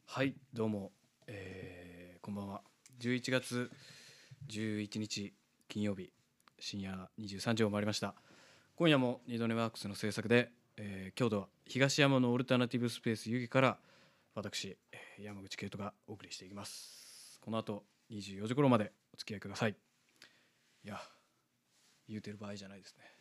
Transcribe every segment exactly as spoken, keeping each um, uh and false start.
はい、どうも、えーこんばんは。じゅういちがつじゅういちにち金曜日深夜にじゅうさんじを回りました。今夜もニドネワークスの制作で、えー、京都は東山のオルタナティブスペース湯気から私、えー山口圭人がお送りしていきます。この後にじゅうよじ頃までお付き合いください。いや、言うてる場合じゃないですね。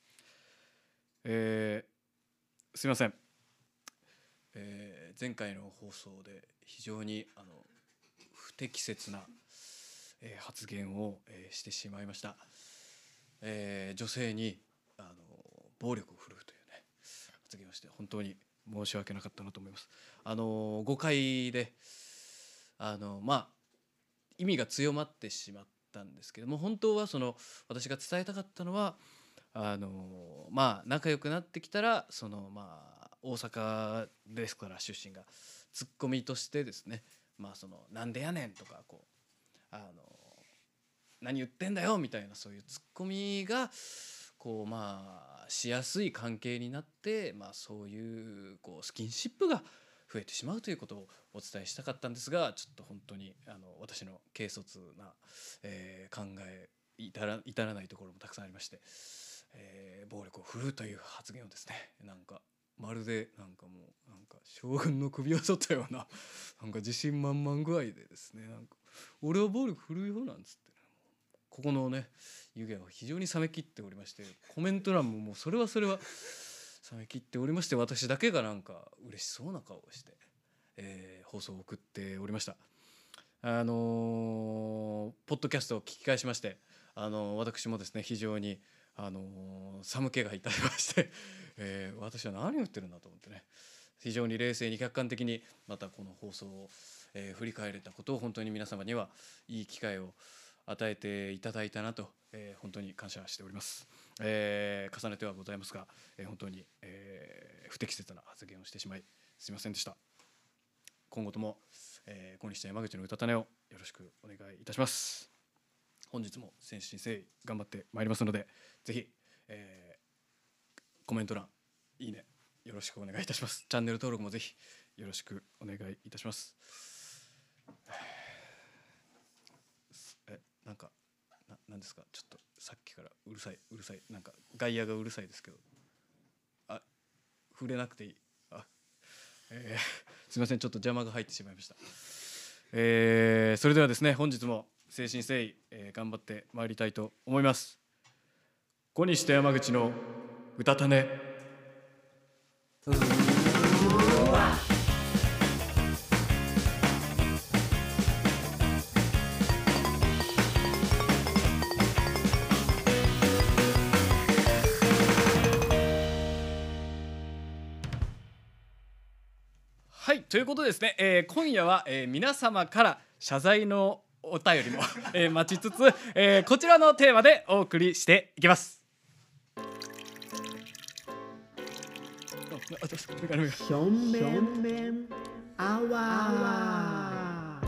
えー、すいません。えー前回の放送で非常にあの不適切な、えー発言を、えーしてしまいました。えー女性にあの暴力を振るうというね発言をして本当に申し訳なかったなと思います。あの誤解であのまあ意味が強まってしまったんですけども、本当はその私が伝えたかったのはあのまあ仲良くなってきたらそのまあ大阪ですから出身がツッコミとしてですね、まあそのなんでやねんとかこうあの何言ってんだよみたいなそういうツッコミがこうまあしやすい関係になって、まあそういうこうスキンシップが増えてしまうということをお伝えしたかったんですが、ちょっと本当にあの私の軽率な、えー考え至ら至らないところもたくさんありまして、えー暴力を振るうという発言をですね、なんかまるでなんかもうなんか将軍の首を取ったようななんか自信満々具合でですね、なんか俺は暴力振るうよなんつって、ね、ここのね湯気は非常に冷めきっておりまして、コメント欄ももうそれはそれは冷めきっておりまして、私だけがなんか嬉しそうな顔をして、えー放送を送っておりました。あのーポッドキャストを聞き返しまして、あのー私もですね非常にあのー寒気がいたしまして、えー私は何を言ってるんだと思ってね、非常に冷静に客観的にまたこの放送を、えー振り返れたことを本当に皆様にはいい機会を与えていただいたなと、えー本当に感謝しております。えー重ねてはございますが、えー本当に、えー不適切な発言をしてしまいすいませんでした。今後とも、えー、小西と山口の歌種をよろしくお願いいたします。本日も誠心誠意頑張ってまいりますので、ぜひ、えーコメント欄いいねよろしくお願いいたします。チャンネル登録もぜひよろしくお願いいたします。えなんかななんですか、ちょっとさっきからうるさいうるさい、なんか外野がうるさいですけど、あ触れなくていい、あ、えーすいません、ちょっと邪魔が入ってしまいました。えーそれではですね、本日も誠心誠意、えー頑張ってまいりたいと思います。小西と山口の歌種。はい、ということでですね、えー今夜は、えー皆様から謝罪のお便りも、えー待ちつつ、えーこちらのテーマでお送りしていきます。ああどうぞメガネメガネしょんべんアワー。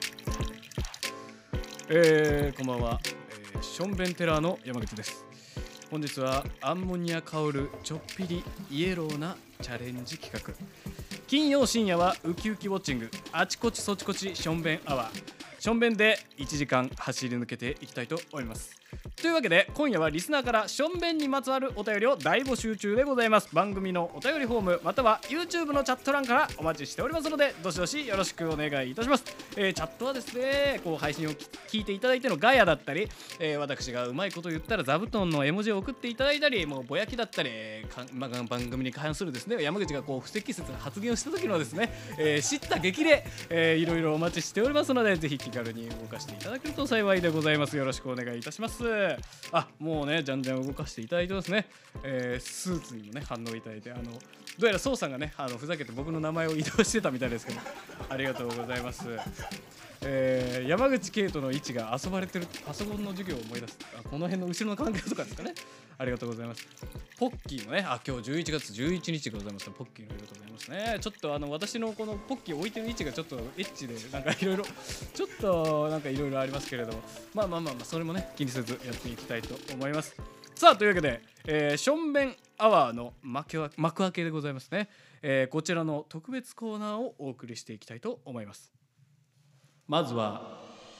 えーこんばんは、えーションベンテラーの山口です。本日はアンモニア香るちょっぴりイエローなチャレンジ企画、金曜深夜はウキウキウォッチング、あちこちそちこちションベンアワー、ションベンでいちじかん走り抜けていきたいと思います。というわけで今夜はリスナーからションベンにまつわるお便りを大募集中でございます。番組のお便りフォームまたは YouTube のチャット欄からお待ちしておりますので、どしどしよろしくお願いいたします。えーチャットはですね、こう配信を聞いていただいてのガヤだったり、えー私がうまいこと言ったら座布団の絵文字を送っていただいたり、もうぼやきだったり、えーかまあ番組に関するですね、山口がこう不適切な発言をした時のですね、えー、知った激励、えー、いろいろお待ちしておりますので、ぜひ気軽に動かしていただけると幸いでございます。よろしくお願いいたします。あ、もうね、じゃんじゃん動かしていただいてますね。えー、スーツにもね、反応いただいて、あのどうやら宋さんがね、あのふざけて僕の名前を移動してたみたいですけど、ありがとうございます。えー、山口圭人の位置が遊ばれてるパソコンの授業を思い出す。あ、この辺の後ろの関係とかですかね。ありがとうございます。ポッキーのね、あ、今日じゅういちがつじゅういちにちでございます。ポッキーの日でございますね。ちょっとあの私のこのポッキーを置いてる位置がちょっとエッチで、なんかいろいろちょっとなんかいろいろありますけれども、まあまあまあまあそれもね気にせずやっていきたいと思います。さあというわけで、えー、ションベンアワーの幕開幕開けでございますね。 えー、こちらの特別コーナーをお送りしていきたいと思います。まずは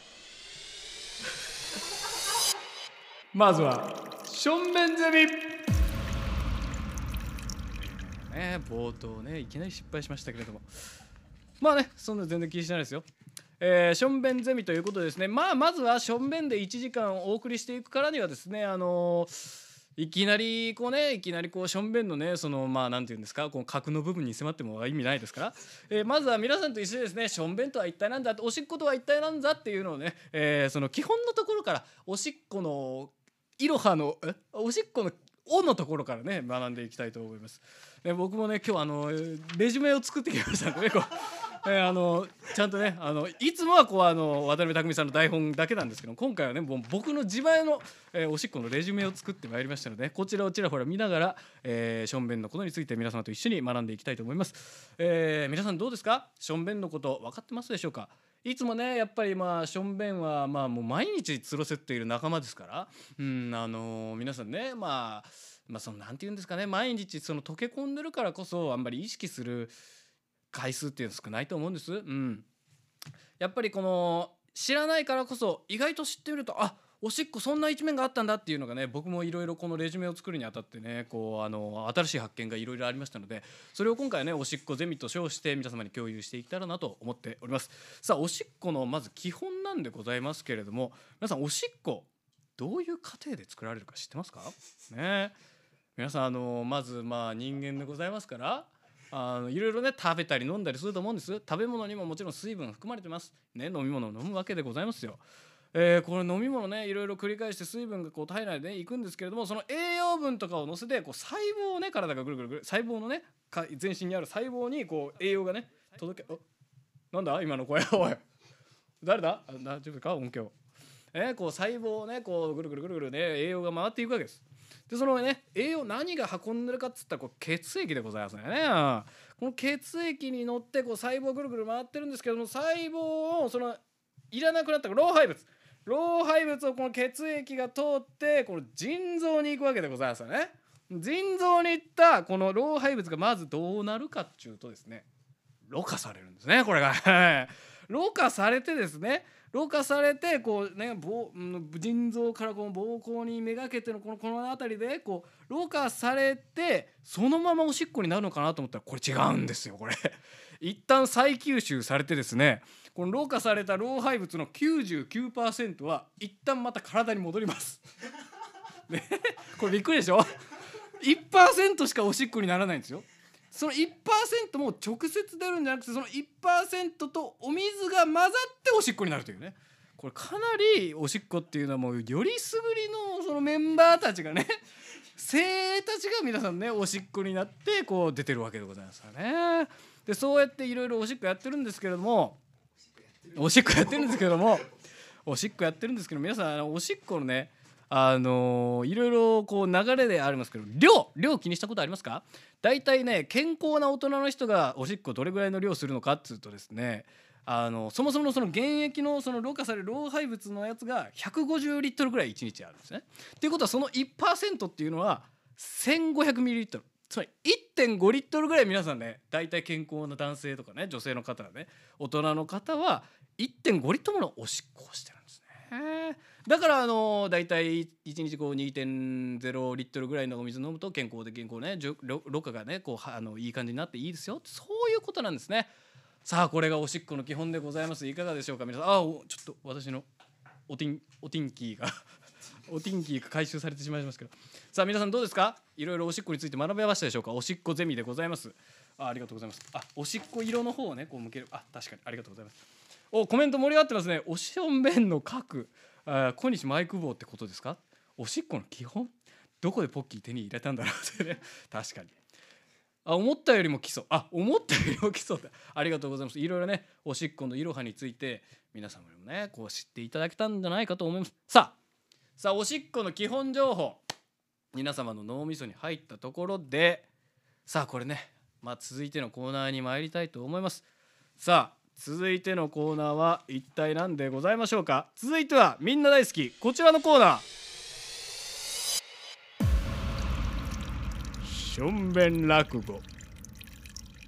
まずはしょんべんゼミ、えーね、冒頭ねいきなり失敗しましたけれども、まあねそんな全然気にしないですよ。えー、しょんべんゼミということでですね、まあまずはしょんべんでいちじかんお送りしていくからにはですね、あのーいきなりこうねいきなりこうしょんべんのねそのまあなんていうんですか、この核の部分に迫っても意味ないですから、えー、まずは皆さんと一緒にですね、しょんべんとは一体なんだ、おしっことは一体なんだっていうのをね、えー、その基本のところから、おしっこのいろはのえおしっこのおのところからね学んでいきたいと思います。ね、僕もね今日あのレジュメを作ってきましたんでね、こうえー、あのちゃんとねあのいつもはこうあの渡辺匠さんの台本だけなんですけど、今回はねもう僕の自前の、えー、おしっこのレジュメを作ってまいりましたので、こちらをちらほら見ながら、えー、しょんべんのことについて皆様と一緒に学んでいきたいと思います。えー、皆さんどうですか、しょんべんのこと分かってますでしょうか。いつもねやっぱりまあしょんべんはまあもう毎日つろせっている仲間ですから、うんあのー、皆さんねまあまあそのなんていうんですかね、毎日その溶け込んでるからこそあんまり意識する回数っていうの少ないと思うんです。うん、やっぱりこの知らないからこそ意外と知ってみると、あおしっこそんな一面があったんだっていうのがね、僕もいろいろこのレジュメを作るにあたってねこうあの新しい発見がいろいろありましたので、それを今回はねおしっこゼミと称して皆様に共有していけたらなと思っております。さあおしっこのまず基本なんでございますけれども、皆さんおしっこどういう過程で作られるか知ってますかね。皆さんあのまずまあ人間でございますから、あのいろいろね食べたり飲んだりすると思うんです。食べ物にももちろん水分含まれてますね。飲み物を飲むわけでございますよ。えー、これ飲み物ねいろいろ繰り返して水分がこう体内で、ね、いくんですけれども、その栄養分とかを乗せてこう細胞をね体がぐるぐるぐる細胞のね全身にある細胞にこう栄養がね届け、なんだ今の声おい誰だ、大丈夫か音響、えー、こう細胞をねこうぐるぐるぐるぐるね栄養が回っていくわけです。でそのね栄養何が運んでるかっつったらこう血液でございますね。この血液に乗ってこう細胞ぐるぐる回ってるんですけども、細胞をそのいらなくなった老廃物老廃物をこの血液が通ってこの腎臓に行くわけでございますよね。腎臓に行ったこの老廃物がまずどうなるかっていうとですね、ろ過されるんですね。これがろ過されてですねろ過されてこうね腎臓からこの膀胱にめがけてのこのこの辺りでこうろ過されてそのままおしっこになるのかなと思ったら、これ違うんですよ。これ一旦再吸収されてですね、このろ過された老廃物の きゅうじゅうきゅうパーセント は一旦また体に戻りますね、これびっくりでしょ。 いちパーセント しかおしっこにならないんですよ。その いちパーセント も直接出るんじゃなくて、その いちパーセント とお水が混ざっておしっこになるというね、これかなりおしっこっていうのはもうよりすぐりのそのメンバーたちがね精鋭たちが皆さんねおしっこになってこう出てるわけでございますからね。でそうやっていろいろおしっこやってるんですけれどもおしっこやってるんですけどもおしっこやってるんですけど皆さんあのおしっこのねあのー、いろいろこう流れでありますけど、量量気にしたことありますか。だいたいね健康な大人の人がおしっこどれぐらいの量するのかっつうとですね、あのそもそものその原液のそのろ過される老廃物のやつがひゃくごじゅうリットルぐらいいちにちあるんですね。っていうことはその いちパーセント っていうのはせんごひゃくミリリットル、つまり いってんごリットルぐらい皆さんねだいたい健康な男性とかね女性の方はね大人の方は いってんごリットルのおしっこをしてるんですね。だからあのだいたいいちにちこう にてんゼロリットルぐらいのお水飲むと健康で健康ねろ過がねこうあのいい感じになっていいですよ、そういうことなんですね。さあこれがおしっこの基本でございます。いかがでしょうか皆さん。あおちょっと私のおティンおティンキーがおティンキーが回収されてしまいますけど、さあ皆さんどうですか。いろいろおしっこについて学べましたでしょうか。おしっこゼミでございます。 あ, ありがとうございます。あおしっこ色の方をねこう向ける。あ確かにありがとうございます。おコメント盛り上がってますね。おしょんべんの核あ小西マイク棒ってことですか。おしっこの基本どこでポッキー手に入れたんだろうってね確かにあ思ったよりも基礎あ思ったよりも基礎だ。ありがとうございます。いろいろねおしっこのいろはについて皆様にもねこう知っていただけたんじゃないかと思います。さあさあおしっこの基本情報皆様の脳みそに入ったところで、さあこれね、まあ、続いてのコーナーに参りたいと思います。さあ続いてのコーナーは一体何でございましょうか。続いてはみんな大好きこちらのコーナー、しょんべん落語。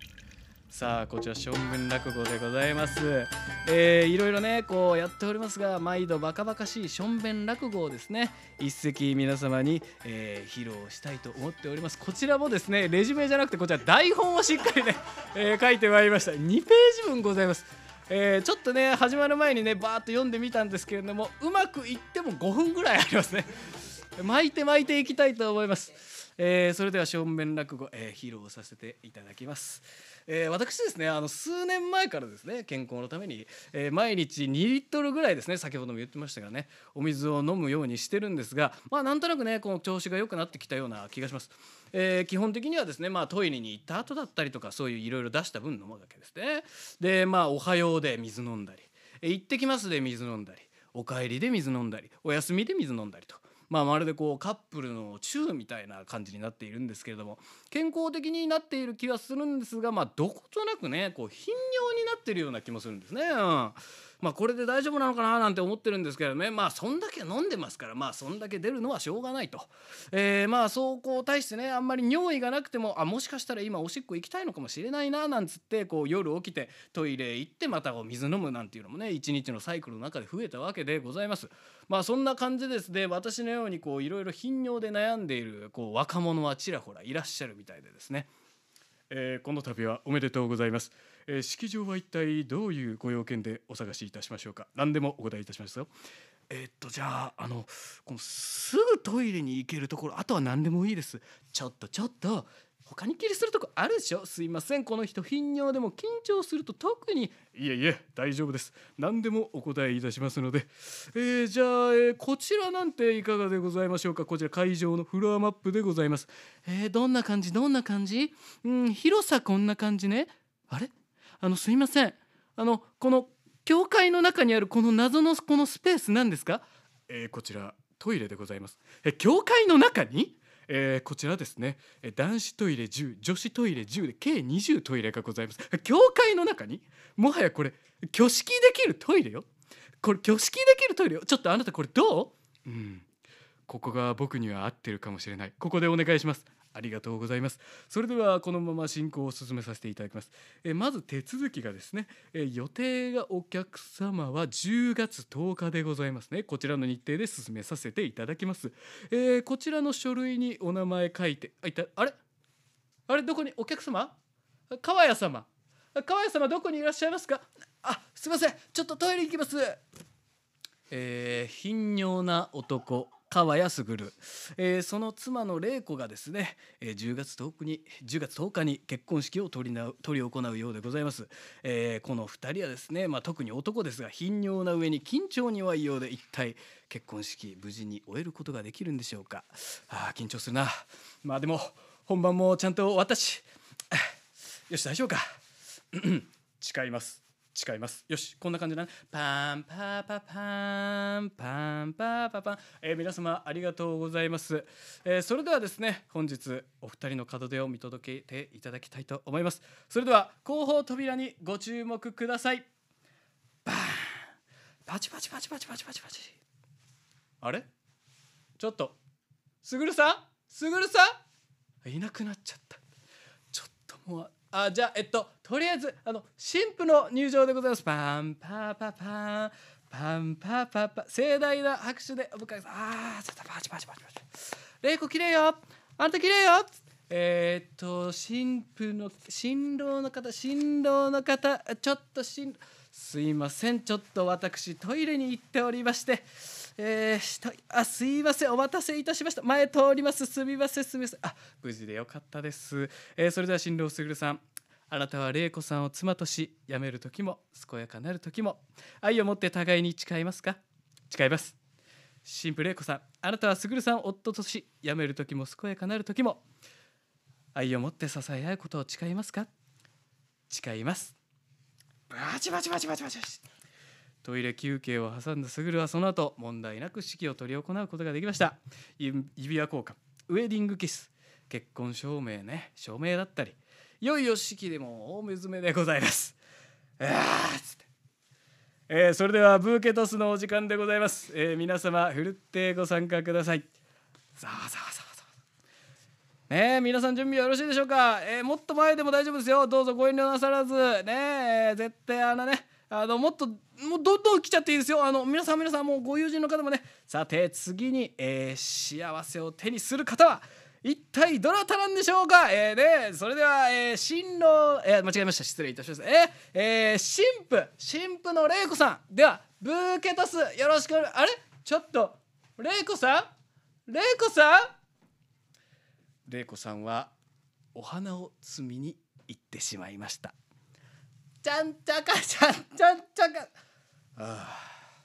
さあこちら小文落語でございます。えー、いろいろねこうやっておりますが、毎度バカバカしいしょんべん落語をですね一席皆様に、えー、披露したいと思っております。こちらもですねレジュメじゃなくてこちら台本をしっかりね、えー、書いてまいりました。にページ分ございます。えー、ちょっとね始まる前にねバーッと読んでみたんですけれども、うまくいってもごふんぐらいありますね。巻いて巻いていきたいと思います。えー、それでは正面落語、えー、披露させていただきます。えー、私ですねあの数年前からですね健康のために、えー、毎日にリットルぐらいですね、先ほども言ってましたがねお水を飲むようにしてるんですが、まあなんとなくねこの調子が良くなってきたような気がします。えー、基本的にはですね、まあ、トイレに行った後だったりとかそういういろいろ出した分飲むわけですね。でまあおはようで水飲んだり、えー、行ってきますで水飲んだり、お帰りで水飲んだり、お休みで水飲んだりと、まあ、まるでこうカップルのチューみたいな感じになっているんですけれども、健康的になっている気はするんですが、まあどことなくねこう頻尿になっているような気もするんですね。うん、まあこれで大丈夫なのかななんて思ってるんですけどね、まあそんだけ飲んでますから、まあそんだけ出るのはしょうがないと、えー、まあそうこう対してねあんまり尿意がなくても、あもしかしたら今おしっこ行きたいのかもしれないななんつってこう夜起きてトイレ行ってまたお水飲むなんていうのもね一日のサイクルの中で増えたわけでございます。まあそんな感じですね、私のようにこういろいろ頻尿で悩んでいるこう若者はちらほらいらっしゃるみたいでですね、えー、この度はおめでとうございます。えー、式場は一体どういうご用件でお探しいたしましょうか。何でもお答えいたしますよ。えー、っとじゃああのこのすぐトイレに行けるところ、あとは何でもいいです。ちょっとちょっと他に気にするとこあるでしょ。すいません、この人頻尿でも緊張すると特に。いえいえ大丈夫です、何でもお答えいたしますので、えー、じゃあ、えー、こちらなんていかがでございましょうか。こちら会場のフロアマップでございます。えー、どんな感じどんな感じ、うん、広さこんな感じね。あれあのすいません、あのこの教会の中にあるこの謎のこのスペースなんですか。えー、こちらトイレでございます。え教会の中に、えー、こちらですね、男子トイレじゅう、女子トイレじゅうで計にじゅうトイレがございます。教会の中にもはやこれ挙式できるトイレよ。これ挙式できるトイレよ。ちょっとあなたこれどう？うん、ここが僕には合ってるかもしれない。ここでお願いします。ありがとうございます。それではこのまま進行を進めさせていただきます。えまず手続きがですね、え予定がお客様はじゅうがつとおかでございますね。こちらの日程で進めさせていただきます。えー、こちらの書類にお名前書いてあいた。あれあれどこにお客様、川谷様、川谷様どこにいらっしゃいますか。あすいません、ちょっとトイレ行きます。えー、頻尿な男川谷卓、えー、その妻の玲子がですね、えー、じゅうがつとおかにじゅうがつとおかに結婚式を取りな取り行うようでございます。えー、このふたりはですね、まあ、特に男ですが頻尿な上に緊張に弱いようで、一体結婚式無事に終えることができるんでしょうか。あ緊張するな。まあでも本番もちゃんと私よし大丈夫か誓います誓います。よしこんな感じだね。パンパパパンパンパパパン、えー、皆様ありがとうございます。えー、それではですね本日お二人の門出を見届けていただきたいと思います。それでは後方扉にご注目ください。バーンパチパチパチパチパチパチパチ。あれちょっとすぐるさんすぐるさんいなくなっちゃった。ちょっともうあじゃあえっととりあえずあの新婦の入場でございます。パンパパパンパンパパパ、盛大な拍手でお迎え。ああちょっとパチパチパチパチ。玲子綺麗よ、あんた綺麗よ。えー、っと新婦の新郎の方新郎の方ちょっと新すいません、ちょっと私トイレに行っておりまして、えー、あすいませんお待たせいたしました。前通ります。すみませんすみません。あ無事でよかったです。えー、それでは新郎すぐるさん、あなたは玲子さんを妻とし、辞める時も健やかなる時も愛を持って互いに誓いますか。誓います。新婦玲子さん、あなたはすぐるさんを夫とし、辞める時も健やかなる時も愛を持って支え合うことを誓いますか。誓います。バチバチバチバチバチバチ。トイレ休憩を挟んだすぐるはその後問題なく式を執り行うことができました。指輪交換、ウェディングキス、結婚証明ね証明だったり、いよいよ式でも大目詰めでございます。あーつって、えー、それではブーケトスのお時間でございます。えー、皆様ふるってご参加ください。ざわざわざわざわ。 ねえ皆さん準備はよろしいでしょうか。えーもっと前でも大丈夫ですよ。どうぞご遠慮なさらずねえー絶対あのねあのもっともうどんどん来ちゃっていいですよ。あの皆さん皆さんもうご友人の方もね。さて次に、えー幸せを手にする方は一体どなたなんでしょうか。えー、ねそれでは、えー、新郎、えー、間違えました、失礼いたします。えーえー、新婦新婦の玲子さんではブーケトスよろしく。あれちょっと玲子さん玲子さん玲子さんはお花を摘みに行ってしまいました。ちゃんちゃかちゃんちゃんちゃか、ああ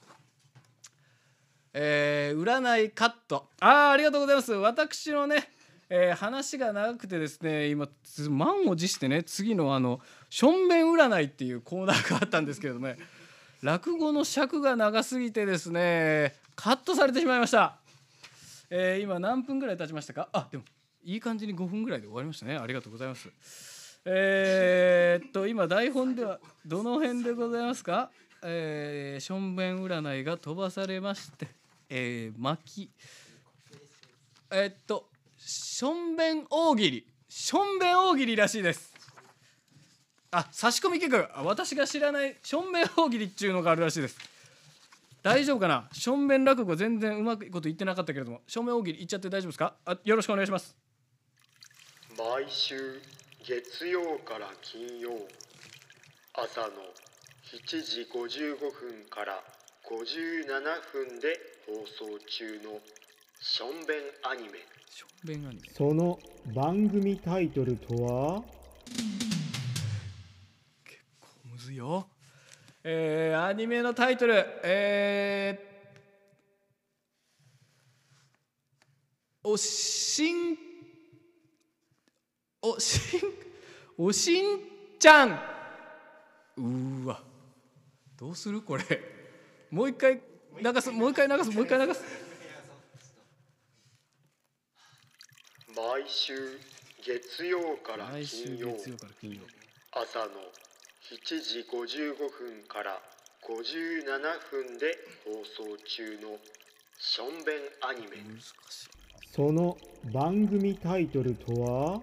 えー、占いカット。あーありがとうございます。私のね、えー話が長くてですね今満を持してね次のあのしょんべん占いっていうコーナーがあったんですけれどもね落語の尺が長すぎてですねカットされてしまいました。えー今何分ぐらい経ちましたか。あでもいい感じにごふんぐらいで終わりましたね。ありがとうございます。えー、っと今台本ではどの辺でございますか。えー、しょんべん占いが飛ばされまして、えー、巻きえー、っとしょんべん大喜利しょんべん大喜利らしいです。あ差し込み企画私が知らないしょんべん大喜利っていうのがあるらしいです。大丈夫かな。しょんべん落語全然うまくいこと言ってなかったけれどもしょんべん大喜利言っちゃって大丈夫ですか。あよろしくお願いします。 毎週月曜から金曜朝のしちじごじゅうごふんからごじゅうななふんで放送中のしょんべんアニメ。 しょんべんアニメその番組タイトルとは。 結構むずいよ。えー、アニメのタイトルえー、おしんおしんおしんちゃん。うーわどうするこれもう一回流すもう一回流すもう一回流す。 毎週月曜から来週金曜月曜から金曜朝のしちじごじゅうごふんからごじゅうななふんで放送中のしょんべんアニメ。 難しい。 その番組タイトルとは。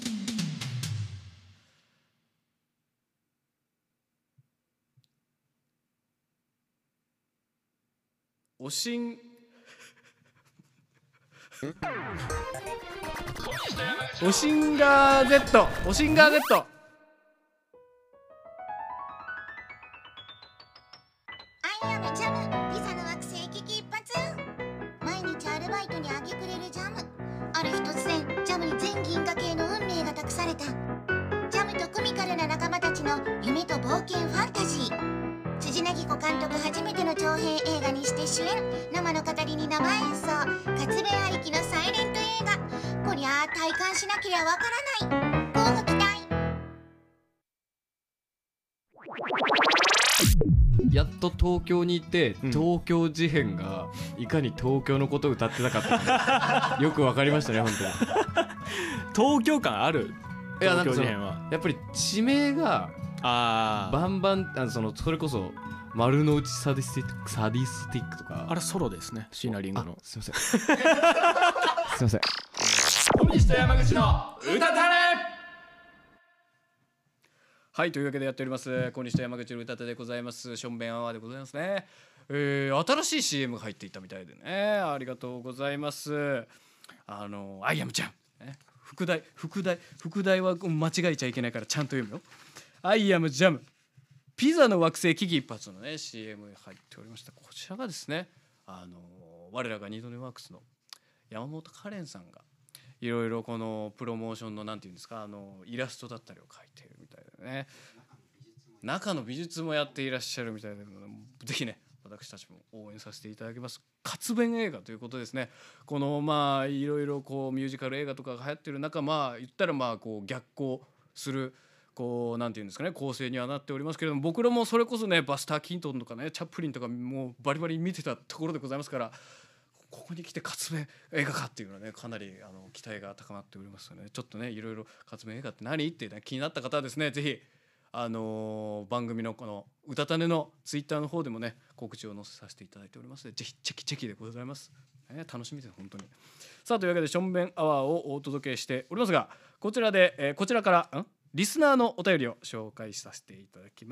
おしんおしんがー Z おしんがー Z。 アイアムジャム、ピザの惑星危機一髪。毎日アルバイトにあげくれるジャム。ある日突然ジャムに全銀河系の運命が託された。ジャムとコミカルな仲間たちの夢と冒険ファンタジー。辻凪子監督初めての長編映画にして主演、生の語りに生演奏、活弁ありきのサイレント映画。こりゃあ体感しなけりゃわからない。乞うご期待。 やっと東京に行って、 うん東京事変がいかに東京のことを歌ってたかってよくわかりましたね本東京感ある。 当に。いやなんかその東京事変はやっぱり地名があーバンバンあのそのそれこそ丸の内サディスティックサディスティックとかあれソロですね、椎名林檎の。 すいませんすいません小西と山口の歌たれ。 はいというわけでやっております小西と山口の歌たれでございます。しょんべんアワーでございますね。えー、新しい シーエム が入っていたみたいでねありがとうございます。あのアイアムちゃん、ね、副題副題副題は間違えちゃいけないからちゃんと読むよ。アイアムジャムピザの惑星危機一髪のね シーエム が入っておりました。こちらがですねあの我らがニードネワークスの山本カレンさんがいろいろこのプロモーションのなんていうんですかあのイラストだったりを描いているみたいでね中の美術もやっていらっしゃるみたいでぜひね私たちも応援させていただきます。活弁映画ということですね。このまあいろいろこうミュージカル映画とかが流行ってる中まあ言ったらまあこう逆行するこうなんていうんですかね構成にはなっておりますけれども僕らもそれこそねバスター・キントンとかねチャップリンとかもうバリバリ見てたところでございますからここに来て活弁映画化っていうのはねかなりあの期待が高まっておりますよね。ちょっとねいろいろ活弁映画って何って、ね、気になった方はですねぜひあのー、番組のこのうたたねのツイッターの方でもね告知を載せさせていただいておりますので、ぜひチェキチェキでございます、ね、楽しみです本当に。さあというわけでしょんべんアワーをお届けしておりますが、こちらで、えー、こちらからんリスナーのお便りを紹介させていただきます。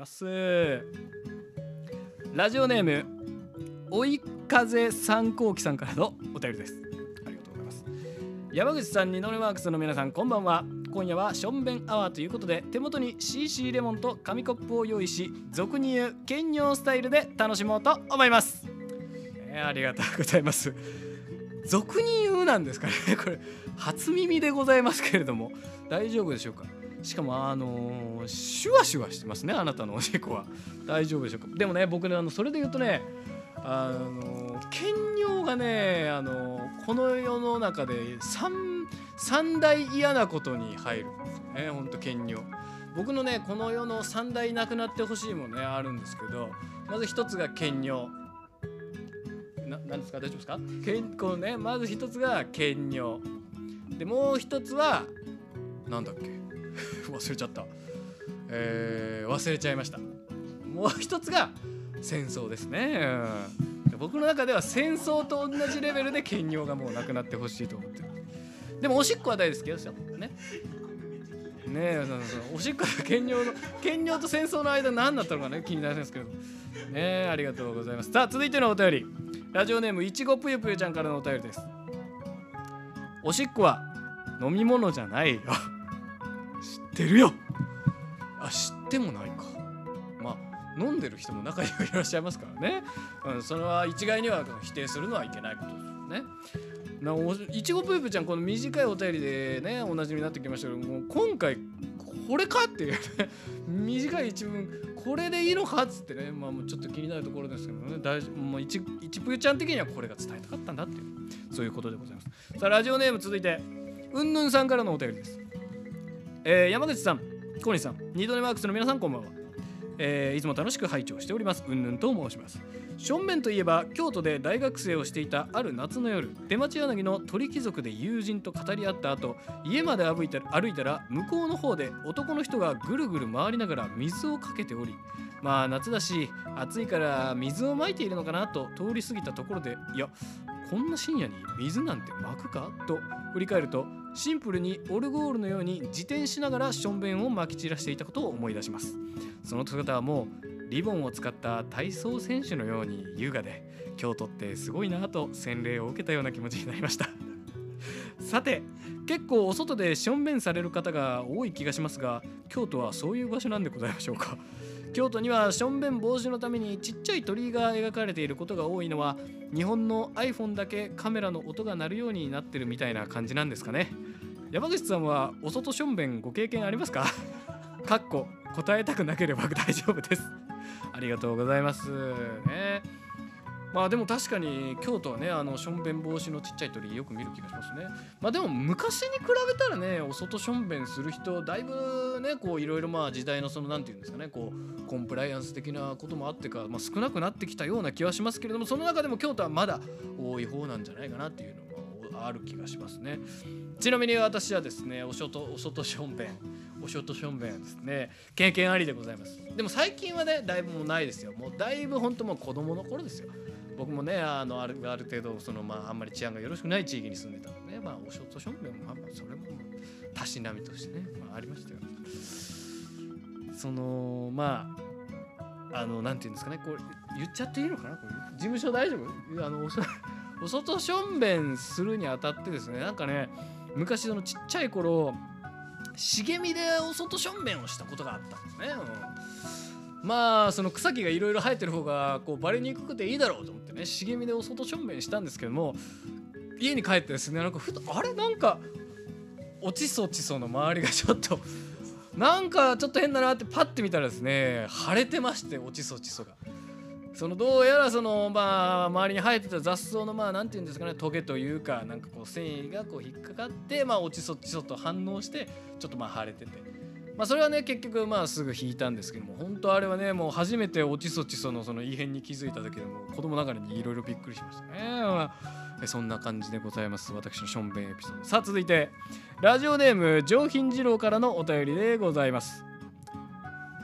ラジオネーム追い風三光輝さんからのお便りです。ありがとうございます。山口さん、ニノレワークスの皆さん、こんばんは。今夜はしょんべんアワーということで、手元に シーシー レモンと紙コップを用意し、俗に言う兼用スタイルで楽しもうと思います、えー、ありがとうございます。俗に言うなんですかねこれ初耳でございますけれども、大丈夫でしょうか。しかもあのー、シュワシュワしてますね、あなたのおしっこは。大丈夫でしょうか。でもね、僕ね、あのそれで言うとね、あのー、兼用がね、あのー、この世の中で 3, 3大嫌なことに入るんですよね。ほんと兼用。僕のね、この世のさん大なくなってほしいものねあるんですけど、まず一つが兼用。な、なんですか、大丈夫ですか。けんこうね、まず一つが兼用で、もう一つはなんだっけ忘れちゃった、えー、忘れちゃいました。もう一つが戦争ですね、うん、僕の中では戦争と同じレベルで兼用がもうなくなってほしいと思ってる。でもおしっこは大好きですよね。ねえ、そうそう、おしっこと兼用の兼用と戦争の間何だったのかね、気になるんですけどねえ、ありがとうございます。さあ続いてのお便り、ラジオネームいちごぷゆぷゆちゃんからのお便りです。おしっこは飲み物じゃないよ知ってるよ。あ、知ってもないか。まあ飲んでる人も中にはいらっしゃいますからね、うん、それは一概には否定するのはいけないことですよね。なおいちごぷゆぷゆちゃん、この短いお便りでねおなじみになってきましたけども、今回これかっていう、ね、短い一文これでいいのかっつってね、まあもうちょっと気になるところですけどね、大丈夫、もういちぷゆちゃん的にはこれが伝えたかったんだっていう、そういうことでございます。さあラジオネーム続いてうんぬんさんからのお便りです。えー、山口さん、小西さん、ニードネワークスの皆さん、こんばんは。えー、いつも楽しく拝聴しております。うんぬんと申します。しょんべんといえば京都で大学生をしていたある夏の夜、出町柳の鳥貴族で友人と語り合った後、家まで歩いたら、歩いたら向こうの方で男の人がぐるぐる回りながら水をかけており、まあ夏だし暑いから水をまいているのかなと通り過ぎたところで、いやこんな深夜に水なんてまくかと振り返ると、シンプルにオルゴールのように自転しながらしょんべんをまき散らしていたことを思い出します。その姿はもうリボンを使った体操選手のように優雅で、京都ってすごいなと洗礼を受けたような気持ちになりましたさて、結構お外でしょんべんされる方が多い気がしますが、京都はそういう場所なんでございましょうか。京都にはしょんべん防止のためにちっちゃい鳥居が描かれていることが多いのは、日本の iPhone だけカメラの音が鳴るようになってるみたいな感じなんですかね。山口さんはお外しょんべんご経験ありますか？かっこ答えたくなければ大丈夫です。ありがとうございますね。まあでも確かに京都はね、あのしょんべん防止のちっちゃい鳥居よく見る気がしますね。まあでも昔に比べたらね、お外しょんべんする人だいぶね、こういろいろまあ時代のそのなんていうんですかね、こうコンプライアンス的なこともあってか、まあ、少なくなってきたような気はしますけれども、その中でも京都はまだ多い方なんじゃないかなっていうのがある気がしますね。ちなみに私はですね、お外お外しょんべんお外しょんべんですね、経験ありでございます。でも最近はね、だいぶもうないですよ。もうだいぶ本当もう子供の頃ですよ。僕もね、あのあるある程度そのまああんまり治安がよろしくない地域に住んでたので、ね、まあお外しょんべんもまあそれもたしなみとしてね、まあ、ありましたよ。そのまああのなんていうんですかね、こう言っちゃっていいのかな、これ事務所大丈夫？あのお, お外しょんべんするにあたってですね、なんかね、昔そのちっちゃい頃茂みでお外しょんべんをしたことがあったんですね。うん、まあその草木がいろいろ生えてる方がこうバレにくくていいだろうと思ってね、茂みでお外しょんべんしたんですけども、家に帰ってですね、なんかふとあれなんかおちそちその周りがちょっとなんかちょっと変だなってパッて見たらですね、腫れてまして、おちそちそが。そのどうやらそのまあ周りに生えてた雑草のまあなんていうんですかね、トゲというかなんかこう繊維がこう引っかかって、まあおちそちそと反応してちょっとまあ腫れてて、まあそれはね結局まあすぐ引いたんですけども、本当あれはねもう初めておちそちそのその異変に気づいただけでも子供ながらにいろいろびっくりしましたね。まあ、そんな感じでございます、私のしょんべんエピソード。さあ続いてラジオネーム上品二郎からのお便りでございます。ちょっ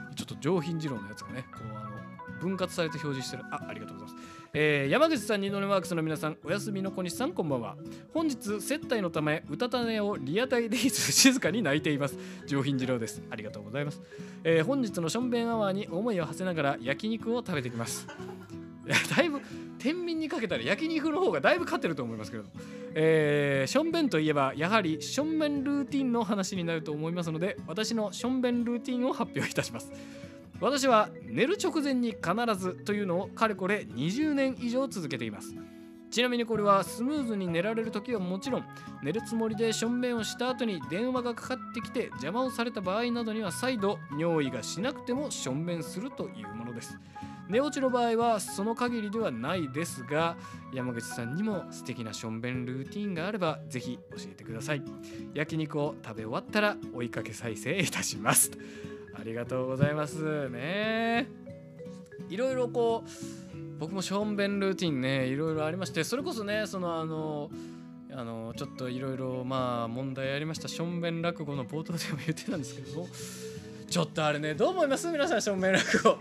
上品二郎のやつがねこうあの分割されて表示してる。あありがとうございます。えー、山口さん、二度寝ワークスの皆さん、おやすみの小西さん、こんばんは。本日接待のためうたた寝をリアタイで静かに泣いています。上品二郎です。ありがとうございます。えー、本日のしょんべんアワーに思いを馳せながら焼肉を食べてきます。いやだいぶ天秤にかけたら焼肉の方がだいぶ勝ってると思いますけれども、えー、しょんべんといえばやはりしょんべんルーティンの話になると思いますので、私のしょんべんルーティンを発表いたします。私は寝る直前に必ずというのをかれこれにじゅうねん以上続けています。ちなみにこれはスムーズに寝られるときはもちろん、寝るつもりでしょんべんをした後に電話がかかってきて邪魔をされた場合などには再度尿意がしなくてもしょんべんするというものです。寝落ちの場合はその限りではないですが、山口さんにも素敵なしょんべんルーティンがあればぜひ教えてください。焼肉を食べ終わったら追いかけ再生いたします。ありがとうございますね。いろいろこう僕もしょんべんルーティンねいろいろありまして、それこそねそのあのあのちょっといろいろまあ問題ありましたしょんべん落語の冒頭でも言ってたんですけども、ちょっとあれねどう思います皆さん、しょんべん落語。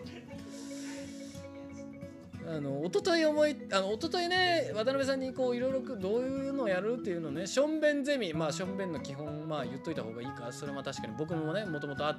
あの一昨日思いあの一昨日ね渡辺さんにこういろいろどういうのをやるっていうのね、しょんべんゼミ、まあしょんべんの基本まあ言っといた方がいいか、それは確かに僕もねもともとあって、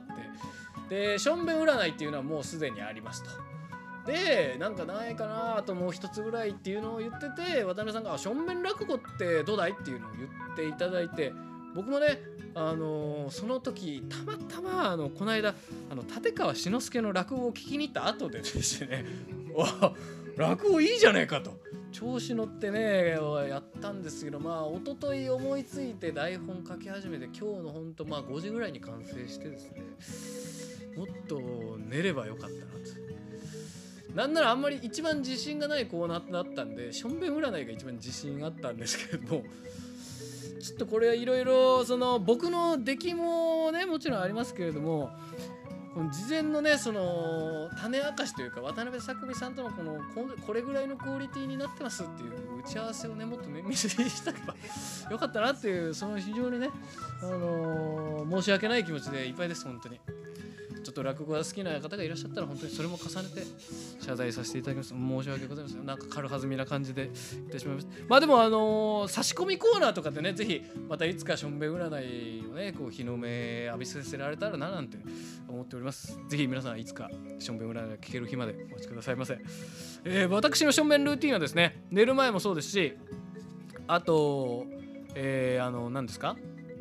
でしょんべん占いっていうのはもうすでにありますと。でなんかないかなあともう一つぐらいっていうのを言ってて、渡辺さんがしょんべん落語ってどうだいっていうのを言っていただいて、僕もねあのー、その時たまたまあのこの間あの立川志の輔の落語を聞きに行った後でですねお落語いいじゃねえかと調子乗ってねやったんですけど、まあ一昨日思いついて台本書き始めて今日のほんとまあごじぐらいに完成してですね、もっと寝ればよかったなと。なんならあんまり一番自信がないコーナーだったんでしょんべん占いが一番自信あったんですけれども、ちょっとこれはいろいろその僕の出来もねもちろんありますけれども、この事前のねその種明かしというか渡辺さくみさんとのこのこれぐらいのクオリティになってますっていう打ち合わせをねもっと綿密にしたればよかったなっていう、その非常にね、あのー、申し訳ない気持ちでいっぱいです。本当にちょっと落語が好きな方がいらっしゃったら本当にそれも重ねて謝罪させていただきます。申し訳ございません。なんか軽はずみな感じで言ってしまいました。まあでもあのー、差し込みコーナーとかでねぜひまたいつかしょんべん占いをねこう日の目浴びさせられたらななんて思っております。ぜひ皆さんいつかしょんべん占いが聞ける日までお待ちくださいませ。えー、私のしょんべんルーティンはですね、寝る前もそうですし、あと、えー、あの何ですか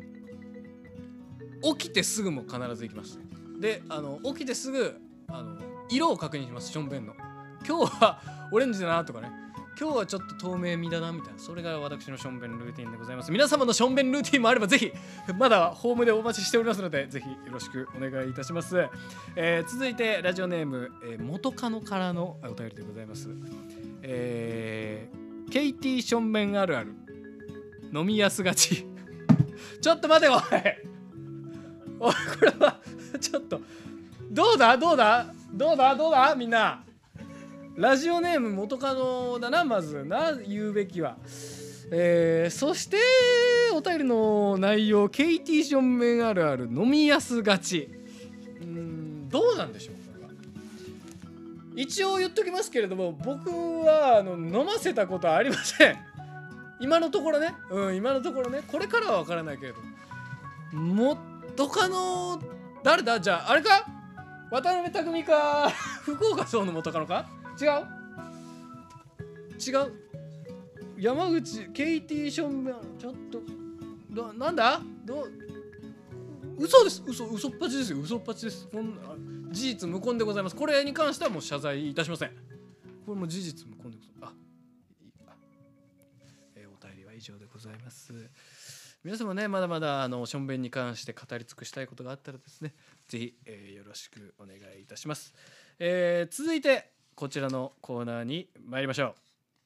起きてすぐも必ず行きます。であの起きてすぐあの色を確認します。しょんべんの今日はオレンジだなとかね、今日はちょっと透明味だなみたいな、それが私のしょんべんルーティンでございます。皆様のしょんべんルーティンもあればぜひまだホームでお待ちしておりますのでぜひよろしくお願いいたします。えー、続いてラジオネーム、えー、元カノからのお便りでございます。えー、ケイティしょんべんあるある飲みやすがちちょっと待ておいおいこれはちょっとどうだどうだどうだどうだみんな、ラジオネーム元カノだな、まずな言うべきは。えー、そしてお便りの内容、ケイティしょんべんあるある飲みやすがち、うーんどうなんでしょう。これは一応言っときますけれども、僕はあの飲ませたことはありません。今のところね、うん今のところね、これからは分からないけれど、元カノ誰だ、じゃああれか渡辺匠か福岡壮の元カノか、違う違う山口ケイティションベン、ちょっとどなんだどう嘘です嘘嘘っぱちですよ嘘っぱちです。こん事実無根でございます。これに関してはもう謝罪いたしません。これも事実無根でございます。ああ、えー、お便りは以上でございます。皆様ねまだまだあのしょんべんに関して語り尽くしたいことがあったらですねぜひ、えー、よろしくお願いいたします。えー、続いてこちらのコーナーに参りましょう。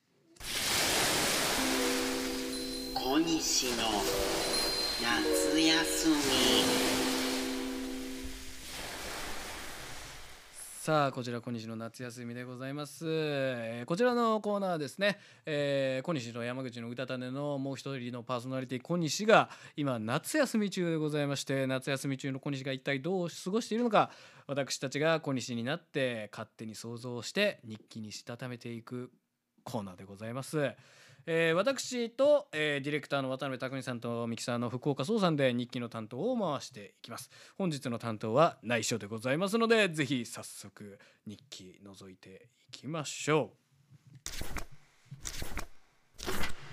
小西の夏休み。 さあこちら小西の夏休みでございます、えーこちらのコーナーはですね、えー小西の山口のうたた寝のもう一人のパーソナリティ小西が今夏休み中でございまして、夏休み中の小西が一体どう過ごしているのか、私たちが小西になって勝手に想像して日記にしたためていくコーナーでございます。えー私と、えーディレクターの渡辺拓司さんとミキサーの福岡壮さんで日記の担当を回していきます。本日の担当は内緒でございますので、ぜひ早速日記覗いていきましょう。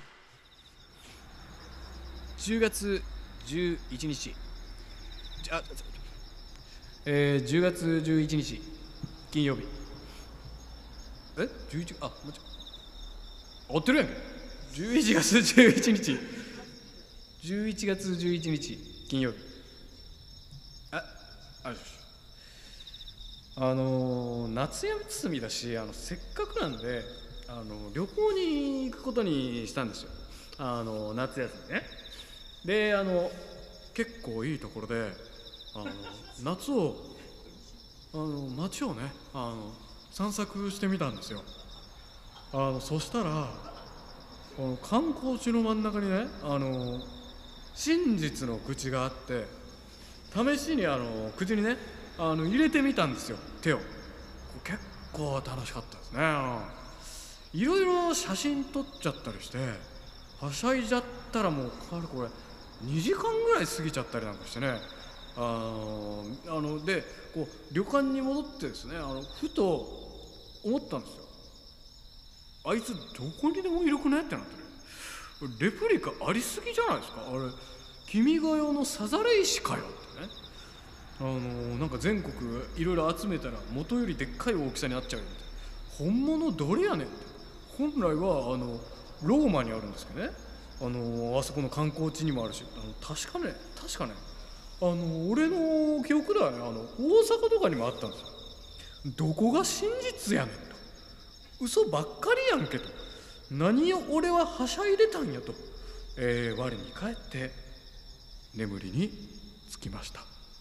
じゅうがつじゅういちにち、あ、えー、じゅうがつじゅういちにち金曜日、えじゅういち、あ、間違合ってるやんけ。じゅういちがつじゅういちにちじゅういちがつじゅういちにち金曜日、あ、あよしあのー、夏休みだし、あのせっかくなんであの旅行に行くことにしたんですよ。あの夏休みね。で、あの結構いいところで、あの夏をあの街をね、あの散策してみたんですよ。あのそしたらこの観光地の真ん中にね、あの真実の口があって、試しにあの口にね、あの入れてみたんですよ、手を。結構楽しかったですね。いろいろ写真撮っちゃったりして、はしゃいじゃったらもうかれこれにじかんぐらい過ぎちゃったりなんかしてね、あのあのでこう旅館に戻ってですね、あのふと思ったんですよ。あいつどこにでもいるくねってなってね、レプリカありすぎじゃないですか。あれ君が代のさざれ石かよってね、あのー、なんか全国いろいろ集めたら元よりでっかい大きさになっちゃうよって。本物どれやねんって。本来はあのローマにあるんですけどね、あのー、あそこの観光地にもあるし、あの確かね確かねあの俺の記憶ではね、あの大阪とかにもあったんですよ。どこが真実やねんと、嘘ばっかりやんけと、何を俺ははしゃいでたんやと、えー、我に帰って眠りにつきました。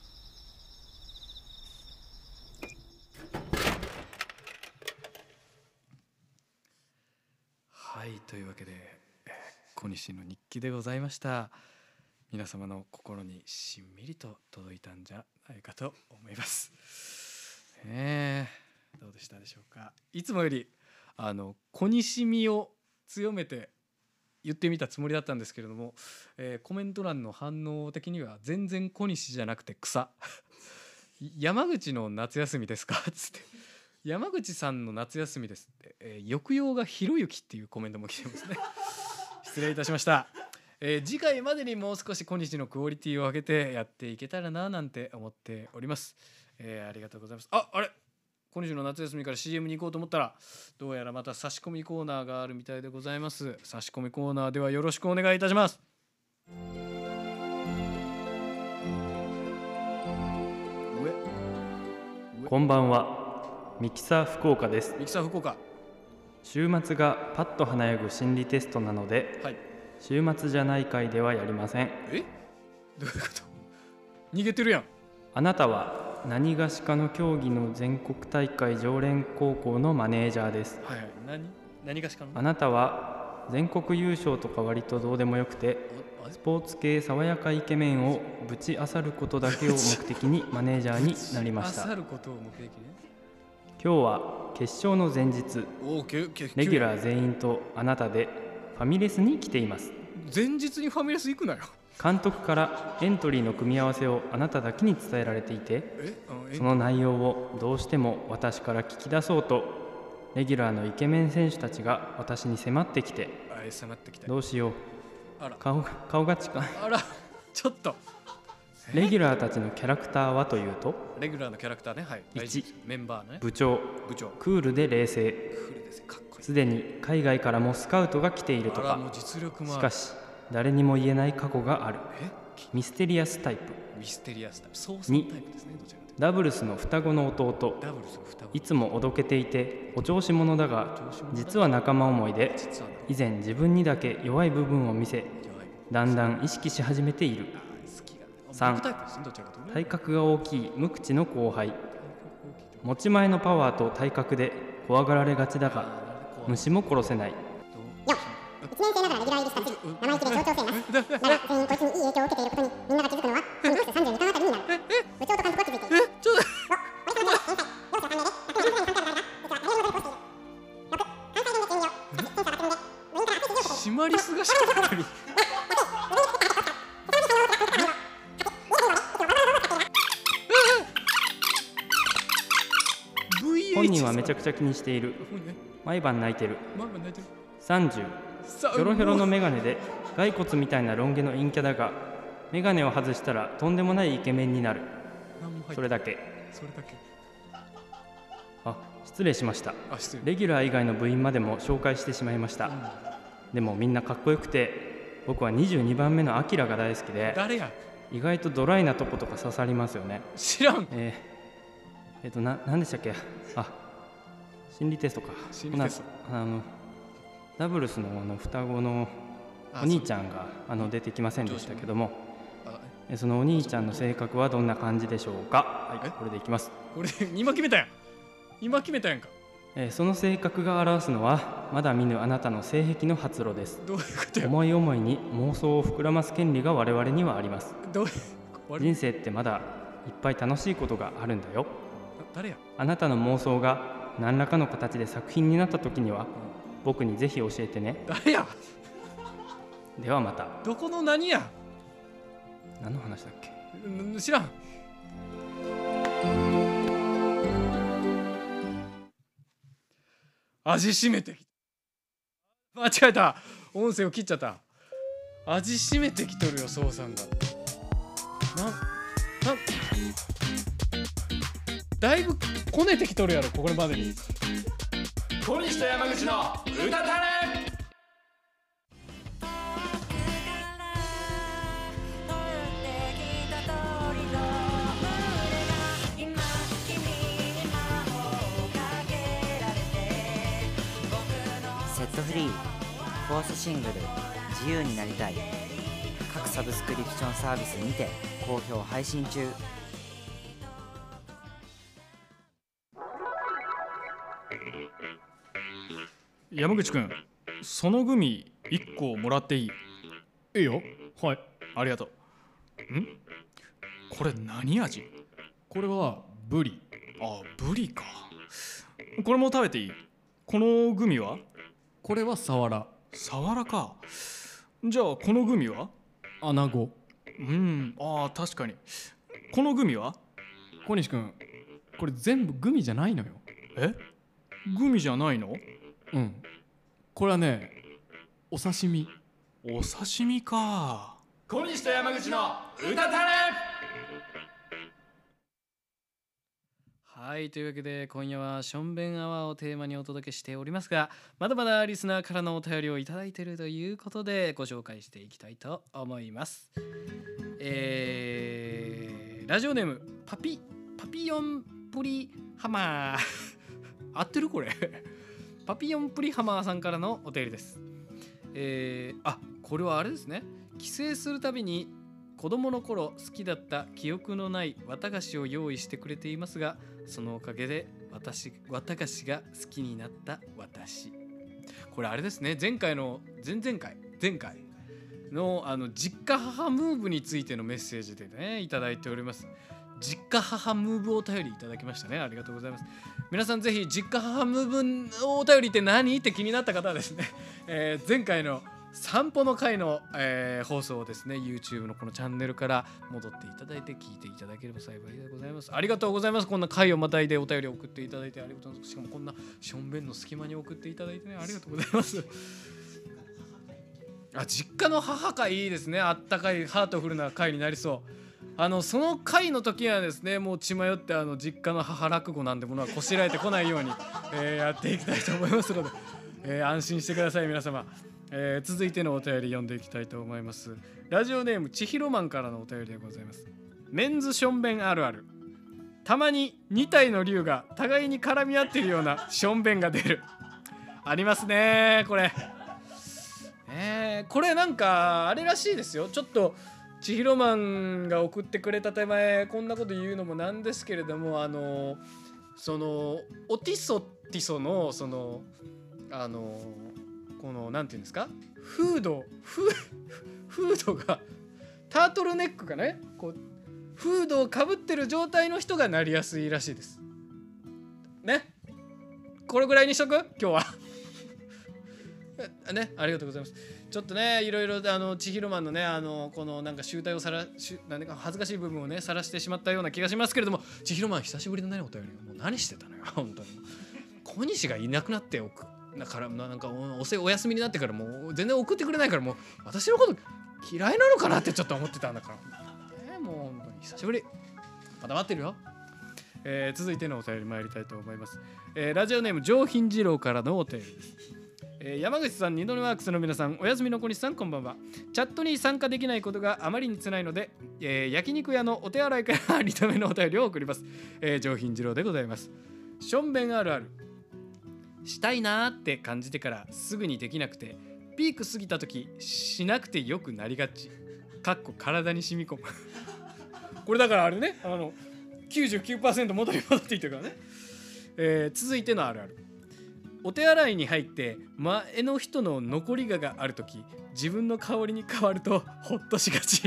はい、というわけで、えー、小西の日記でございました。皆様の心にしんみりと届いたんじゃないかと思います。えー、どうでしたでしょうか。いつもよりあの小西味を強めて言ってみたつもりだったんですけれども、えー、コメント欄の反応的には全然小西じゃなくて草山口の夏休みですかつって山口さんの夏休みですって、えー、抑揚がひろゆきっていうコメントも来てますね失礼いたしました。えー、次回までにもう少し小西のクオリティを上げてやっていけたらななんて思っております。えー、ありがとうございます。あ、あれ小西の夏休みから シーエム に行こうと思ったら、どうやらまた差し込みコーナーがあるみたいでございます。差し込みコーナーではよろしくお願いいたします。 こんばんは、ミキサー福岡です。 ミキサー福岡、 週末がパッと華やぐ心理テストなので、 はい、 週末じゃない回ではやりません。 え、どういうこと？逃げてるやん。 あなたは何がしかの競技の全国大会常連高校のマネージャーです。 はいはい、何何がしかの？ あなたは全国優勝とか割とどうでもよくて、スポーツ系爽やかイケメンをぶち漁ることだけを目的にマネージャーになりました。 漁ることを目的に？ 今日は決勝の前日、 おけけレギュラー全員とあなたでファミレスに来ています。 前日にファミレス行くなよ。 監督からエントリーの組み合わせをあなただけに伝えられていて、その内容をどうしても私から聞き出そうとレギュラーのイケメン選手たちが私に迫ってきて、どうしよう、 あら顔, 顔が近い。 あら、ちょっとレギュラーたちのキャラクターはというと、 レギュラーのキャラクターね、はい、 いちメンバーね、 部長、 部長クールで冷静、 クールです、かっこいい。 すでに海外からもスカウトが来ているとか。 もう実力もある。 しかし誰にも言えない過去がある。 えミステリアスタイプ。 ミステリアスタイプ、ソースタイプですね。どちらかというとダブルスの双子の弟。 ダブルスの双子、 いつもおどけていてお調子者だが、実は仲間思いで、 実はね、 以前自分にだけ弱い部分を見せ、だんだん意識し始めている。さん、体格が大きい無口の後輩。 持ち前のパワーと体格で怖がられがちだが虫も殺せない。 いちねん生ながらレギュラー入りした次、生意気で協調性なし。だが全員こいつにいい影響を受けていることにみんなが気づくのはフェニックスさんじゅうにかんあたりになる。部長と監督は気づいている。 ちょっと両者判明で楽の判明で実は例のことをしている。ろく、関西弁で兼用。はち、センサー抜群で部員から指示を受けている。 シマリスがしかかってる。 本人はめちゃくちゃ気にしている。毎晩泣いてる。さんじゅう、ひょろひょろのメガネで骸骨みたいなロン毛の陰キャだが、メガネを外したらとんでもないイケメンになる。それだけ。 それだけ。 あ、失礼しました。 あ、失礼。 レギュラー以外の部員までも紹介してしまいました、うん、でもみんなかっこよくて、僕はにじゅうにばんめのアキラが大好きで、 誰や意外とドライなとことか刺さりますよね。 知らん。 えー、えっとな何でしたっけ。あ、心理テストか。 心理テスト。 あのダブルスのあの双子のお兄ちゃんがあの出てきませんでしたけども、えそのお兄ちゃんの性格はどんな感じでしょうか。はい、これでいきます。 これ今決めたやん。今決めたやんか。 えその性格が表すのはまだ見ぬあなたの性癖の発露です。 どういうことや。 思い思いに妄想を膨らます権利が我々にはあります。 どういう人生ってまだいっぱい楽しいことがあるんだよ。 誰や。 あなたの妄想が何らかの形で作品になった時には、うん、僕にぜひ教えてね。 誰や。 ではまた。 どこの何や。 何の話だっけ。 知らん。味しめてき間違えた。音声を切っちゃった。味しめてきとるよ、そうさんが。な、な、だいぶこねてきとるやろ、ここまでに。 小西と山口の歌たれ。 セットフリーフォースシングル自由になりたい、各サブスクリプションサービスにて好評配信中。 山口くん、そのグミいっこもらっていい？ いいよ。はい、 ありがとう。ん？これ何味？ これはブリ。 あ、ブリか。これも食べていい？このグミは？ これはサワラ。 サワラか。じゃあこのグミは？ アナゴ。 うん、ああ確かに。このグミは？ 小西くん、これ全部グミじゃないのよ。 え？グミじゃないの？ うん。これはね、お刺身。 お刺身か。 小西と山口の歌たれ。 はい、というわけで今夜はションベンアワーをテーマにお届けしておりますが、まだまだリスナーからのお便りをいただいているということでご紹介していきたいと思います。えー、ラジオネームパピパピヨンプリハマー合ってるこれパピヨンプリハマーさんからのお便りです。えー、あ、これはあれですね。帰省するたびに子供の頃好きだった記憶のない綿菓子を用意してくれていますが、そのおかげで私綿菓子が好きになった私。これあれですね、前回の前々回前回のあの実家母ムーブについてのメッセージでねいただいております。実家母ムーブお便りいただきましたね。ありがとうございます。皆さんぜひ実家母ムーブのお便りって何って気になった方はですね、えー、前回の散歩の回の、えー、放送をですね YouTube のこのチャンネルから戻っていただいて聞いていただければ幸いでございます。ありがとうございます。こんな回をまたいでお便りを送っていただいてありがとうございます。しかもこんなしょんべんの隙間に送っていただいてね、ありがとうございます。あ、実家の母会いいですね。あったかいハートフルな回になりそう。あのその回の時はですね、もう血迷ってあの実家の母落語なんてものはこしらえてこないように、えー、やっていきたいと思いますので、えー、安心してください皆様。えー、続いてのお便り読んでいきたいと思います。ラジオネームちひろマンからのお便りでございます。メンズションベンあるある。たまにに体の竜が互いに絡み合っているようなションベンが出る。ありますねこれ。えー、これなんかあれらしいですよ。ちょっとちひろマンが送ってくれた手前こんなこと言うのもなんですけれども、あのそのオティソティソのそのあのこのなんていうんですか、フードフーフードがタートルネックがねこうフードをかぶってる状態の人がなりやすいらしいですね。これぐらいにしとく今日はね、ありがとうございます。ちょっとねいろいろあの千尋マンのねあのこのなんか集大をさらしなんか恥ずかしい部分をね晒してしまったような気がしますけれども、千尋マン久しぶりのねお便りもう何してたのよ本当に。小西がいなくなっておくだからなんか お, せお休みになってからもう全然送ってくれないから、もう私のこと嫌いなのかなってちょっと思ってたんだから、えー、もう本当に久しぶり。まだ待ってるよ。えー、続いてのお便り参りたいと思います。えー、ラジオネーム上品二郎からのお便りです。えー、山口さん、二度寝ワークスの皆さん、おやすみの小西さん、こんばんは。チャットに参加できないことがあまりに辛いので、えー、焼肉屋のお手洗いからにどめのお便りを送ります。えー、上品二郎でございます。しょんべんあるある。したいなーって感じてからすぐにできなくて、ピーク過ぎた時しなくてよくなりがち。かっこ体に染み込むこれだからあれね、あの きゅうじゅうきゅうパーセント 元に戻っていってるからね。えー、続いてのあるある。お手洗いに入って前の人の残りががあるとき、自分の香りに変わるとホッとしがち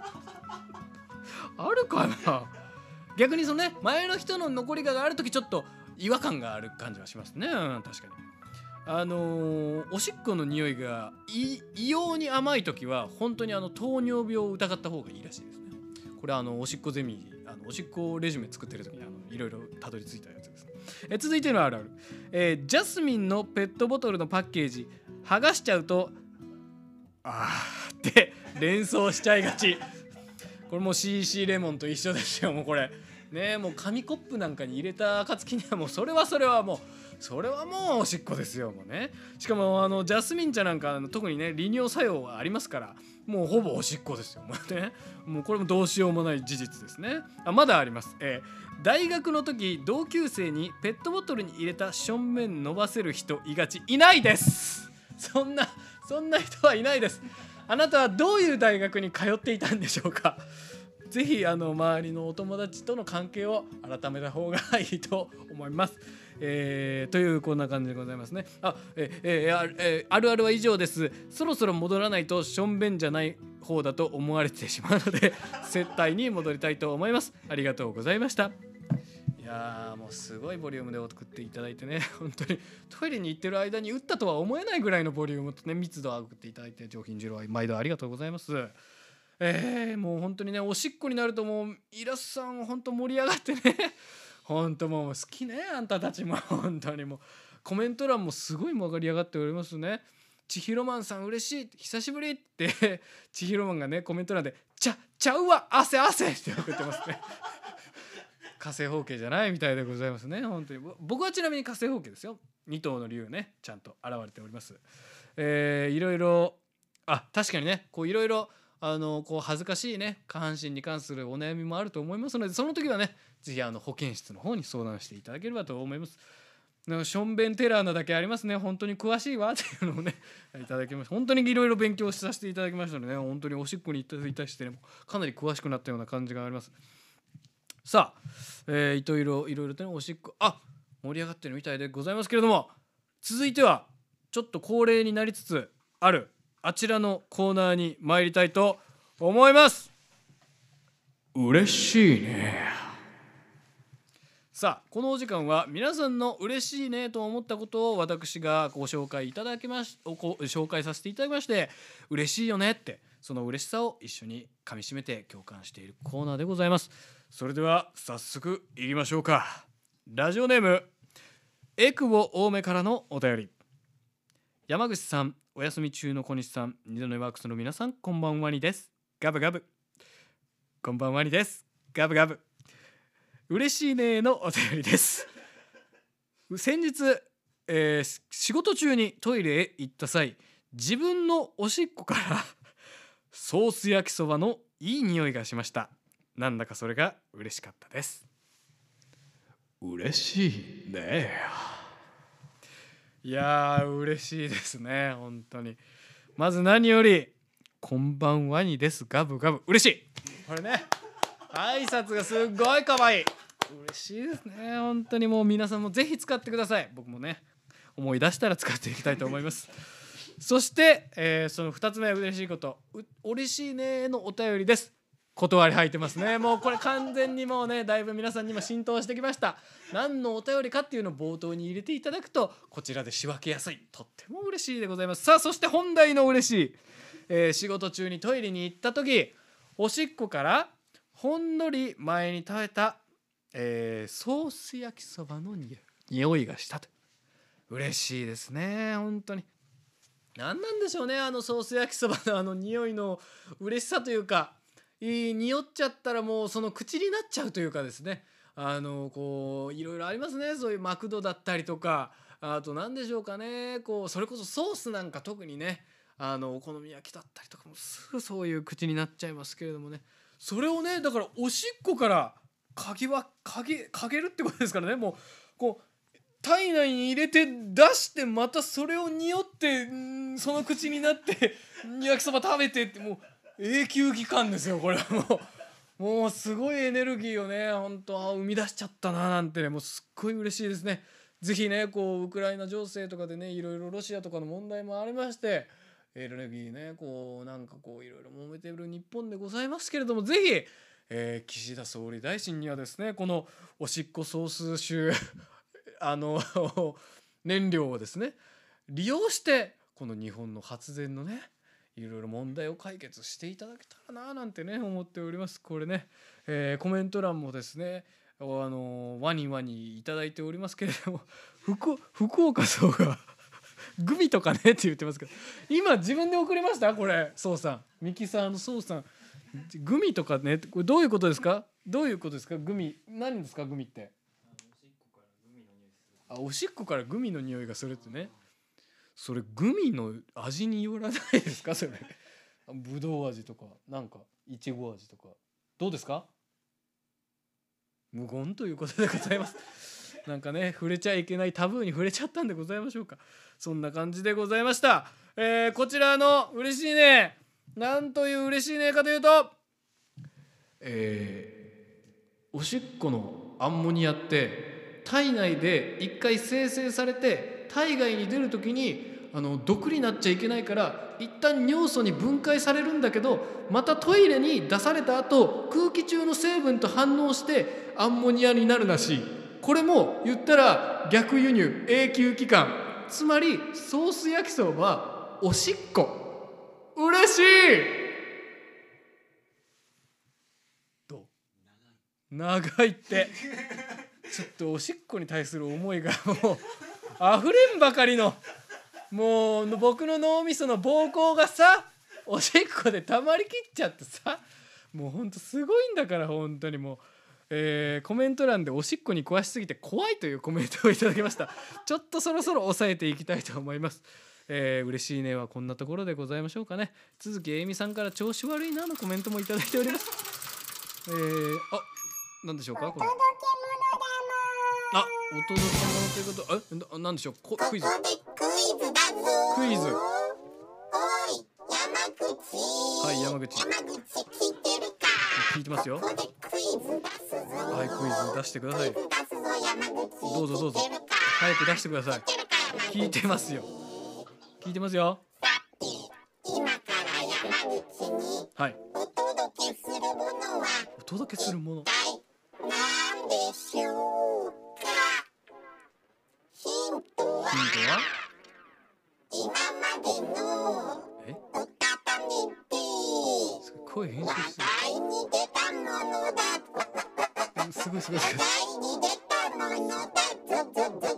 あるかな。逆にそのね前の人の残りががあるときちょっと違和感がある感じはしますね、うん、確かに。あのー、おしっこの匂いが異様に甘いときは本当にあの糖尿病を疑った方がいいらしいですね。これあのおしっこゼミあのおしっこレジュメ作ってる時にあのいろいろたどり着いたやつです。え続いてのあるある、えー、ジャスミンのペットボトルのパッケージ剥がしちゃうとあーって連想しちゃいがち。これも シーシー レモンと一緒ですよ。もうこれね、もう紙コップなんかに入れた暁にはもうそれはそれはもうそれはもうおしっこですよもうね。しかもあのジャスミン茶なんか特にね利尿作用がありますから、もうほぼおしっこですよもうね。もうこれもどうしようもない事実ですね。あまだあります。えー大学の時同級生にペットボトルに入れたしょんべん伸ばせる人いがち。いないです。そんなそんな人はいないです。あなたはどういう大学に通っていたんでしょうか。ぜひあの周りのお友達との関係を改めた方がいいと思います。えー、というこんな感じでございますね。あ、えーえーあえー、あるあるは以上です。そろそろ戻らないとしょんべんじゃない方だと思われてしまうので接待に戻りたいと思います。ありがとうございました。いやーもうすごいボリュームで送っていただいてね、本当にトイレに行ってる間に打ったとは思えないぐらいのボリュームとね密度を送っていただいて、上品次郎は毎度ありがとうございます。えー、もう本当にねおしっこになるともうイラスさん本当盛り上がってね本当もう好きねあんたたちも本当にもうコメント欄もすごい盛り上がっておりますね。ちひろマンさん嬉しい久しぶりってちひろマンがねコメント欄でちゃちゃうわ汗汗って送ってますね火星放棄じゃないみたいでございますね。本当に僕はちなみに火星放棄ですよ。に頭の竜ねちゃんと現れております。えー、いろいろあ確かにねこういろいろあのこう恥ずかしいね下半身に関するお悩みもあると思いますので、その時はねぜひあの保健室の方に相談していただければと思います。なんかしょんべんテラーなだけありますね。本当に詳しいわっていうのをねいただきました。本当にいろいろ勉強させていただきましたのでね、本当におしっこにいたしてねかなり詳しくなったような感じがあります。さあ、えー、いろいろいろいろとねおしっこあ盛り上がってるみたいでございますけれども、続いてはちょっと恒例になりつつあるあちらのコーナーに参りたいと思います。嬉しいね。さあこのお時間は皆さんの嬉しいねと思ったことを私がご紹介いただきましご紹介させていただきまして、嬉しいよねってその嬉しさを一緒にかみしめて共感しているコーナーでございます。それでは早速いきましょうか。ラジオネームエクボ多めからのお便り。山口さんお休み中の小西さん、二度寝ワークスの皆さんこんばんはにです。ガブガブ。こんばんはにです。ガブガブ。嬉しいねのお便りです。先日、えー、仕事中にトイレへ行った際、自分のおしっこからソース焼きそばのいい匂いがしました。なんだかそれが嬉しかったです。嬉しいね。いやー嬉しいですね本当に。まず何よりこんばんはにです。ガブガブ嬉しい。これね挨拶がすっごい可愛い嬉しいですね。本当にもう皆さんもぜひ使ってください。僕もね思い出したら使っていきたいと思います。そして、えー、そのふたつめは嬉しいこと、う嬉しいねのお便りです。断り入ってますね。もうこれ完全にもうねだいぶ皆さんにも浸透してきました。何のお便りかっていうのを冒頭に入れていただくとこちらで仕分けやすい、とっても嬉しいでございます。さあそして本題の嬉しい、えー、仕事中にトイレに行った時おしっこからほんのり前に食べた、えー、ソース焼きそばのに匂いがしたと。嬉しいですね。本当に何なんでしょうね、あのソース焼きそばのあの匂いの嬉しさというか、いい匂っちゃったらもうその口になっちゃうというかですね、あのこういろいろありますね。そういうマクドだったりとか、あと何でしょうかね、こうそれこそソースなんか特にね、あのお好み焼きだったりとかもすぐそういう口になっちゃいますけれどもね、それをねだからおしっこからかぎはかげかげるってことですからね。もうこう体内に入れて出してまたそれを匂ってんその口になって焼きそば食べてって、もう永久期間ですよこれは。もうもうすごいエネルギーをね本当生み出しちゃったななんてね、もうすっごい嬉しいですね。ぜひねこうウクライナ情勢とかでねいろいろロシアとかの問題もありまして、エネルギーねこうなんかこういろいろ揉めている日本でございますけれども、ぜひ、えー、岸田総理大臣にはですねこのおしっこソース臭あの燃料をですね利用してこの日本の発電のねいろいろ問題を解決していただけたらななんてね思っております。これね、えー、コメント欄もですねあのワニワニいただいておりますけれども、福, 福岡さんがグミとかねって言ってますけど、今自分で送りましたこれ。そうさんミキサーのそうさんグミとかね、これどういうことですか、どういうことですかグミ何ですかグミって。あ、おしっこからグミの匂いがするってね。それグミの味によらないですかそれ。ぶどう味とかなんかいちご味とかどうですか。無言ということでございます。なんかね触れちゃいけないタブーに触れちゃったんでございましょうか。そんな感じでございました。えー、こちらの嬉しいね、なんという嬉しいねかというと、えー、おしっこのアンモニアって体内で一回生成されて体外に出るときにあの毒になっちゃいけないから一旦尿素に分解されるんだけど、またトイレに出された後空気中の成分と反応してアンモニアになるらしい。これも言ったら逆輸入永久期間、つまりソース焼きそばはおしっこ。嬉しい。どう長いってちょっとおしっこに対する思いがもう溢れんばかりの、もう僕の脳みその膀胱がさおしっこで溜まりきっちゃってさ、もうほんとすごいんだから本当にもう、えー、コメント欄でおしっこに詳しすぎて怖いというコメントをいただきました。ちょっとそろそろ抑えていきたいと思います。えー、嬉しいねはこんなところでございましょうかね。続きえいみさんから調子悪いなのコメントもいただいております。えー、あ、なんでしょうかこれ。あ、お届け物ということ、え、な、なんでしょう、こクイズ。クイズ。はい、山口。聞いてますよ。はい、クイズ出してください。どうぞどうぞ。早く出してください。聞いてますよ。聞いてますよ。はい。お届けするものは。お届けするもの。何でしょうか。ヒントは。ヒントは。今までの。え。おたたみで。すごい編集してる。話題に出たものだ。すごいすごいすごい。話題に出たものだ。ディ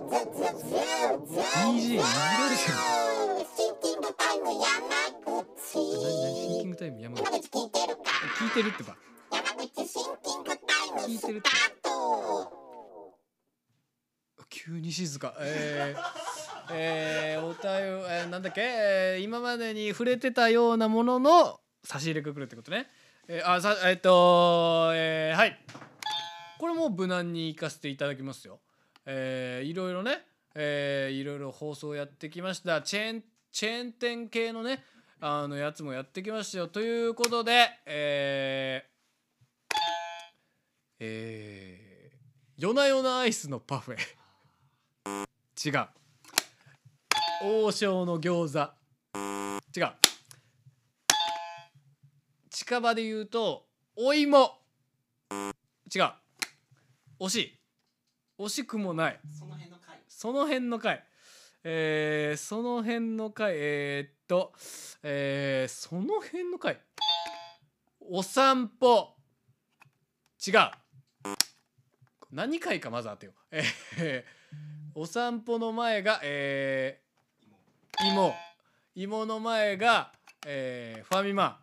ージェー いじられてる。シンキングタイム山口。何何シンキングタイム山口。聞いてるか。聞いてるってば。山口シンキングタイムスタート。急に静か。えー、えー、おたよ、えー、なんだっけ、えー、今までに触れてたようなものの差し入れが来るってことね。えー、あさえっ、ー、とえー、はい。これも無難に行かせていただきますよ。えー、いろいろね、えー、いろいろ放送やってきました。チェーンチェーン店系のねあのやつもやってきましたよ。ということで、えー、えー、 夜な夜なアイスのパフェ。違う。王将の餃子。違う。近場で言うとお芋。違う。惜しい。惜しくもない。 その辺の回。 その辺の回。えー、その辺の回。えー、っと、えー、その辺の回。お散歩。違う。何回かまず当てよう。えー、お散歩の前が、えー、芋。芋の前が、えー、ファミマ。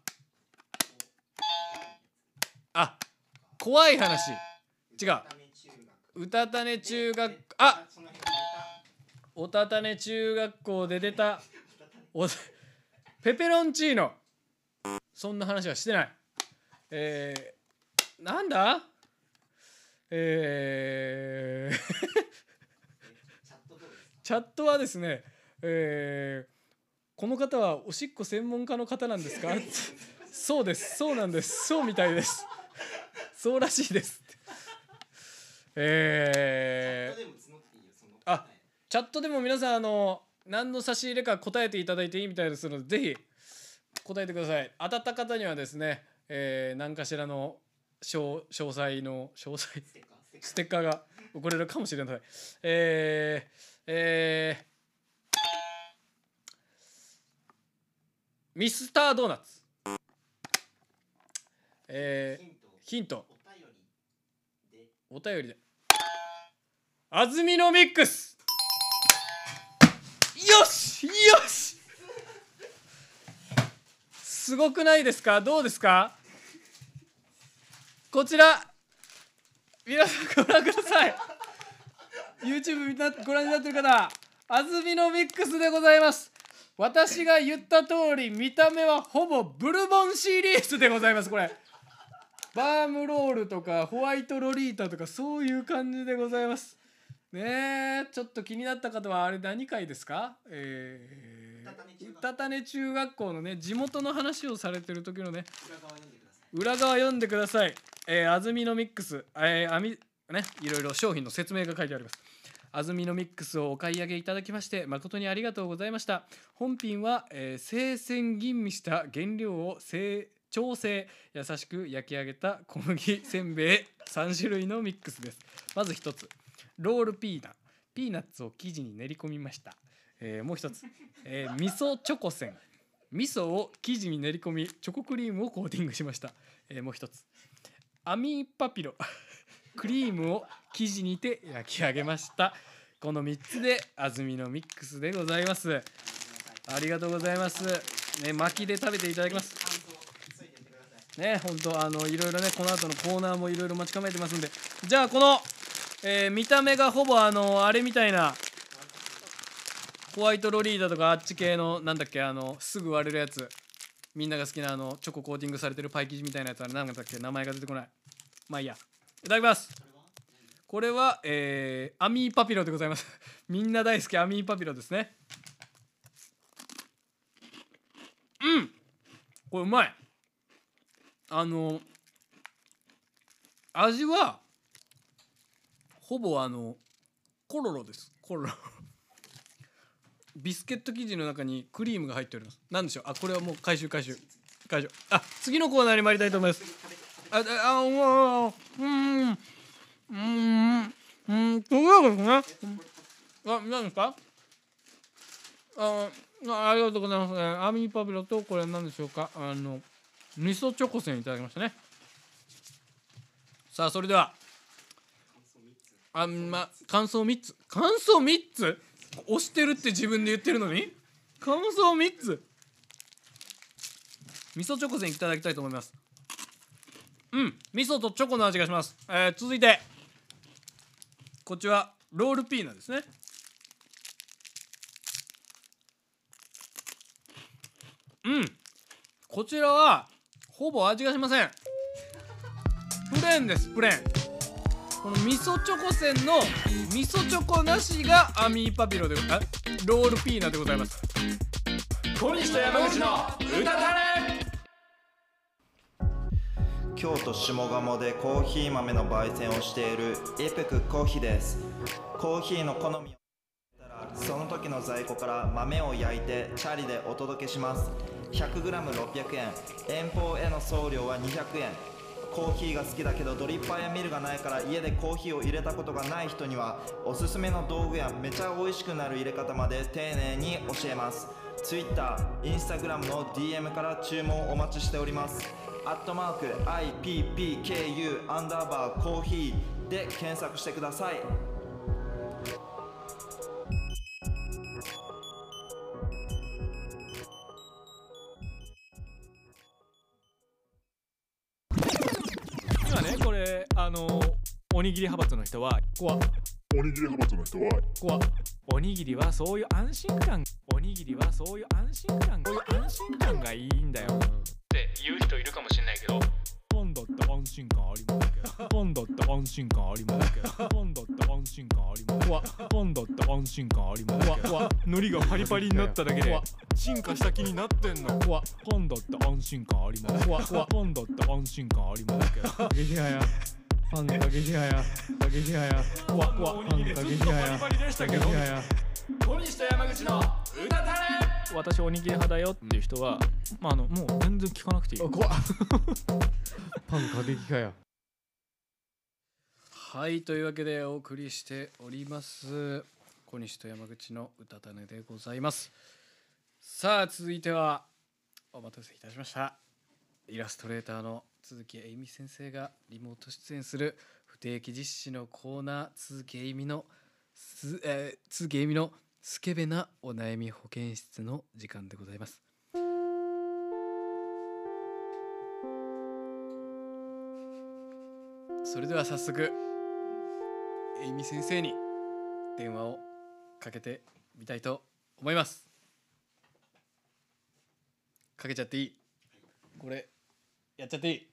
あ、怖い話。違う。うたたね中学、あ、おたたね中学校で出たおペペロンチーノ。そんな話はしてない。えー、なんだえー、チャットはですね、えー、この方はおしっこ専門家の方なんですかそうです、そうなんです、そうみたいです、そうらしいです。えー、あ、チャットでも皆さんあの何の差し入れか答えていただいていいみたいですので、ぜひ答えてください。当たった方にはですね、えー、何かしらの詳細の詳細ステッカーが送れるかもしれない。えー、えー、ミスタードーナツ。えー、ヒント。お便りで。安住のミックス。よしよし。すごくないですか？どうですか？こちら皆さんご覧ください。 YouTube みなご覧になってる方、安住のミックスでございます。私が言った通り見た目はほぼブルボンシリーズでございます。これバームロールとかホワイトロリータとかそういう感じでございますね。えちょっと気になった方はあれ何回ですか？えー、うたたね中学校のね、地元の話をされてる時のね、裏側読んでください。えー、安住のミックス、えー、あみね、いろいろ商品の説明が書いてあります。安住のミックスをお買い上げいただきまして誠にありがとうございました。本品は、えー、精選吟味した原料を精調整優しく焼き上げた小麦せんべいさん種類のミックスです。まず一つ、ロールピーナッツ、ピーナッツを生地に練り込みました。えー、もう一つ、えー、味噌チョコせん、味噌を生地に練り込みチョコクリームをコーティングしました。えー、もう一つ、アミーパピロクリームを生地にて焼き上げました。このみっつで安住のミックスでございます。ありがとうございます、ね、巻きで食べていただきますね。本当あのいろいろね、この後のコーナーもいろいろ待ち構えてますんで、じゃあこの、えー、見た目がほぼあのあれみたいなホワイトロリータとかあっち系のなんだっけ、あのすぐ割れるやつ、みんなが好きなあのチョココーティングされてるパイ生地みたいなやつ、あれなんだっけ、名前が出てこない。まあいいや、いただきます。これは、えー、アミーパピロでございますみんな大好きアミーパピロですね。うん、これうまい。あの味はほぼあのコロロです。コロロビスケット生地の中にクリームが入っております。なんでしょう。あ、これはもう回収回収回収。あ、次のコーナーに参りたいと思います。あ、あ、もう、うん、うん、うん、うん、そうですね。あ、何ですか。あ、ありがとうございます。アミーパピロとこれ何でしょうか。あの味噌チョコせんいただきましたね。さあそれでは、あ、ま、感想みっつ。感想みっつ押してるって自分で言ってるのに感想みっつ。味噌チョコせんいただきたいと思います。うん、味噌とチョコの味がします。えー、続いてこちらロールピーナですね。うん、こちらはほぼ味がしません。プレーンです。プレーン。この味噌チョコせんの味噌チョコなしがアミーパピロで、あ、ロールピーナでございます。小西と山口の歌たれ。 京都下鴨でコーヒー豆の焙煎をしているエペクコーヒーです。コーヒーの好みをその時の在庫から豆を焼いてチャリでお届けします。 ひゃくグラムろっぴゃくえん、遠方への送料はにひゃくえん。コーヒーが好きだけどドリッパーやミルがないから家でコーヒーを入れたことがない人にはおすすめの道具やめちゃ美味しくなる入れ方まで丁寧に教えます。 Twitter、Instagram の ディーエム から注文お待ちしております。アットマーク アイピーピーケーユー アンダーバーコーヒーで検索してください。 今ねこれあのおにぎり派閥の人は怖っ、 おにぎり派閥の人は怖っ、おにぎりはそういう安心感、おにぎりはそういう安心感、そういう安心感がいいんだよって言う人いるかもしれないけど、パンダって安心感ありますけど、パンダって安心感ありますけど、パンダって安心感あります怖っ、パンダって安心感ありますけど、怖っ、海苔がパリパリになっただけで進化した気になってんの。怖っ、パンダって安心感あります怖っ、怖っ、パンダって安心感ありますけど、過激派やパン過激派や過激派や怖っ怖っ、パン過激派や過激派や小西と山口の歌たれ。私おにぎり派だよっていう人は、まあ、あのもう全然聞かなくていい。怖っパン過激派や。 はい、というわけでお送りしております小西と山口の歌種でございます。さあ続いてはお待たせいたしました、イラストレーターの鈴木えいみ先生がリモート出演する不定期実施のコーナー、鈴木えいみのす、えー、鈴木えいみのスケベなお悩み保健室の時間でございます。それでは早速えいみ先生に電話をかけてみたいと思います。かけちゃっていい？これやっちゃっていい？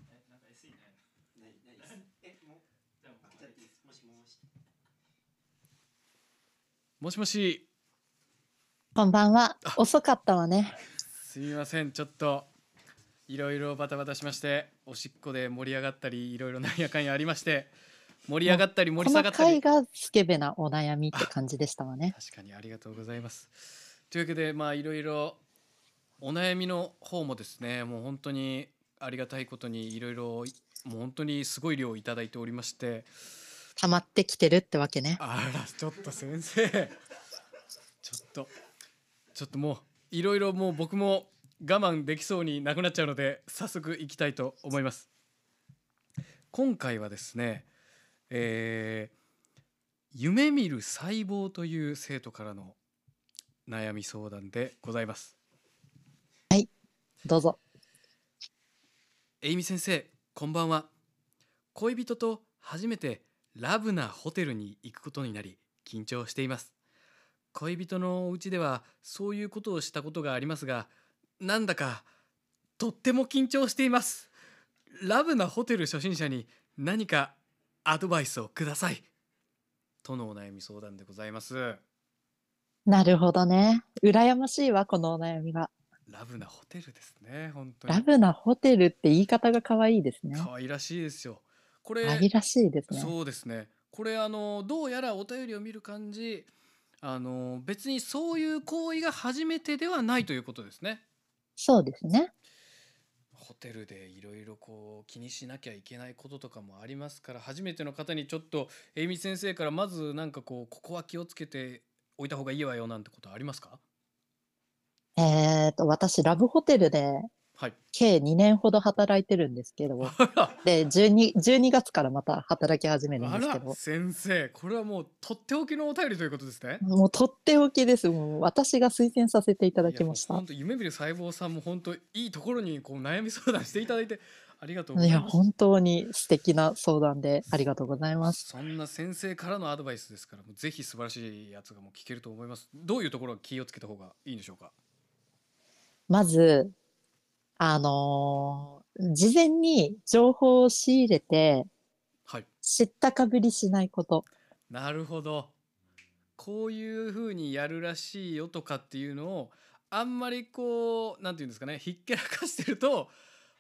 もしもし。 こんばんは。遅かったわね。 すみません、ちょっといろいろバタバタしまして、おしっこで盛り上がったりいろいろなんやかんやありまして、盛り上がったり盛り下がったり、 この回がスケベなお悩みって感じでしたわね。 確かにありがとうございます。というわけでまあいろいろお悩みの方もですね、もう本当にありがたいことにいろいろもう本当にすごい量いただいておりまして、 溜まってきてるってわけね。 あらちょっと先生ちょっとちょっともういろいろもう僕も我慢できそうになくなっちゃうので早速いきたいと思います。今回はですね、えー、夢見る細胞という生徒からの悩み相談でございます。 はい、どうぞ。 えいみ先生、こんばんは。恋人と初めてラブなホテルに行くことになり緊張しています。恋人のお家ではそういうことをしたことがありますが、なんだかとっても緊張しています。ラブなホテル初心者に何かアドバイスをくださいとのお悩み相談でございます。 なるほどね。羨ましいわ、このお悩みが。 ラブなホテルですね。本当にラブなホテルって言い方が可愛いですね。 可愛らしいですよ。これ愛らしいですね。 そうですね。これあのどうやらお便りを見る感じ、あの別にそういう行為が初めてではないということですね。 そうですね。 ホテルでいろいろこう気にしなきゃいけないこととかもありますから、初めての方にちょっとえいみ先生からまずなんかこうここは気をつけておいた方がいいわよなんてことありますか？ えーと、私ラブホテルではい、 計にねんほど働いてるんですけど、で 12, 12月からまた働き始めるんですけど。 あら先生、これはもうとっておきのお便りということですね。 もうとっておきです。もう私が推薦させていただきました。 本当夢見る細胞さんも本当いいところにこう悩み相談していただいてありがとうございます。 いや本当に素敵な相談でありがとうございます。 そんな先生からのアドバイスですから、もうぜひ素晴らしいやつがもう聞けると思います。どういうところが気をつけた方がいいんでしょうか？ まずあのー、事前に情報を仕入れて、 はい、 知ったかぶりしないこと。 なるほど。こういう風にやるらしいよとかっていうのをあんまりこうなんていうんですかね、ひっけらかしてると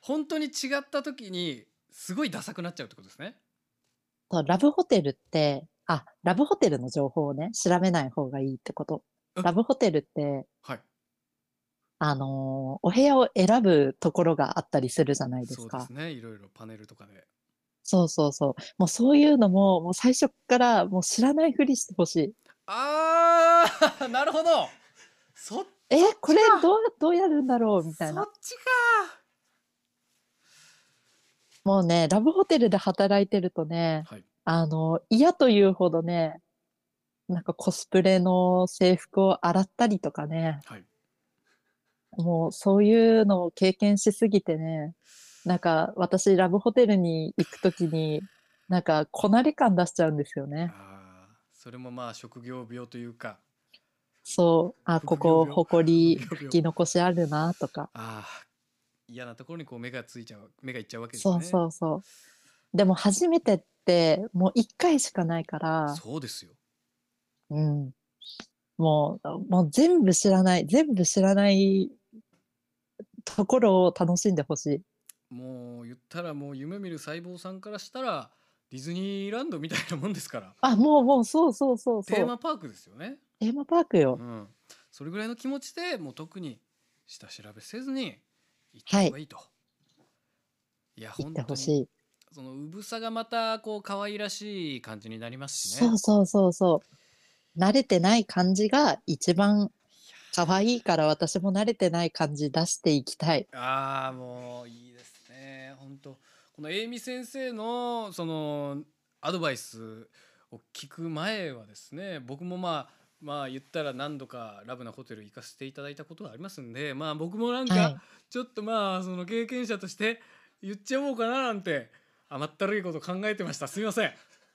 本当に違った時にすごいダサくなっちゃうってことですね。 そうラブホテルって、あ、ラブホテルの情報をね、調べない方がいいってこと。ラブホテルって、 はい。 あのーお部屋を選ぶところがあったりするじゃないですか。 そうですね。いろいろパネルとかで。 そうそうそう。もうそういうのも、もう最初からもう知らないふりしてほしい。 あーなるほど。そっえ、これどう、どうやるんだろうみたいな。 そっちか。 もうね、ラブホテルで働いてるとね、 はい。 あの、嫌というほどね、なんかコスプレの制服を洗ったりとかね、 はい。 もうそういうのを経験しすぎてね、なんか私ラブホテルに行くときに、なんかこなれ感出しちゃうんですよね。 ああ、それもまあ職業病というか。 そう、あ、ここ、ほこり、拭き残しあるな、とか。 ああ、嫌なところにこう目がついちゃう、目がいっちゃうわけですそうね。 そうそう。でも初めてってもう一回しかないから、 そうですよ。 うん。もう、もう全部知らない、全部知らないところを楽しんでほしい。 もう言ったらもう夢見る細胞さんからしたらディズニーランドみたいなもんですから。 あ、もうもうそうそうそうそう。 テーマパークですよね。 テーマパークよ。 うん。それぐらいの気持ちでもう特に下調べせずに行った方がいいと。いや行って本当にほしい。 そのうぶさがまたこう可愛らしい感じになりますしね。 そうそうそうそう。慣れてない感じが一番可愛いから私も慣れてない感じ出していきたい。 ああもういいですね。本当このエイミ先生のそのアドバイスを聞く前はですね、僕もまあまあ言ったら何度かラブなホテル行かせていただいたことがありますんで、まあ僕もなんはいかちょっとまあその経験者として言っちゃおうかななんて甘ったるいこと考えてました。すみません。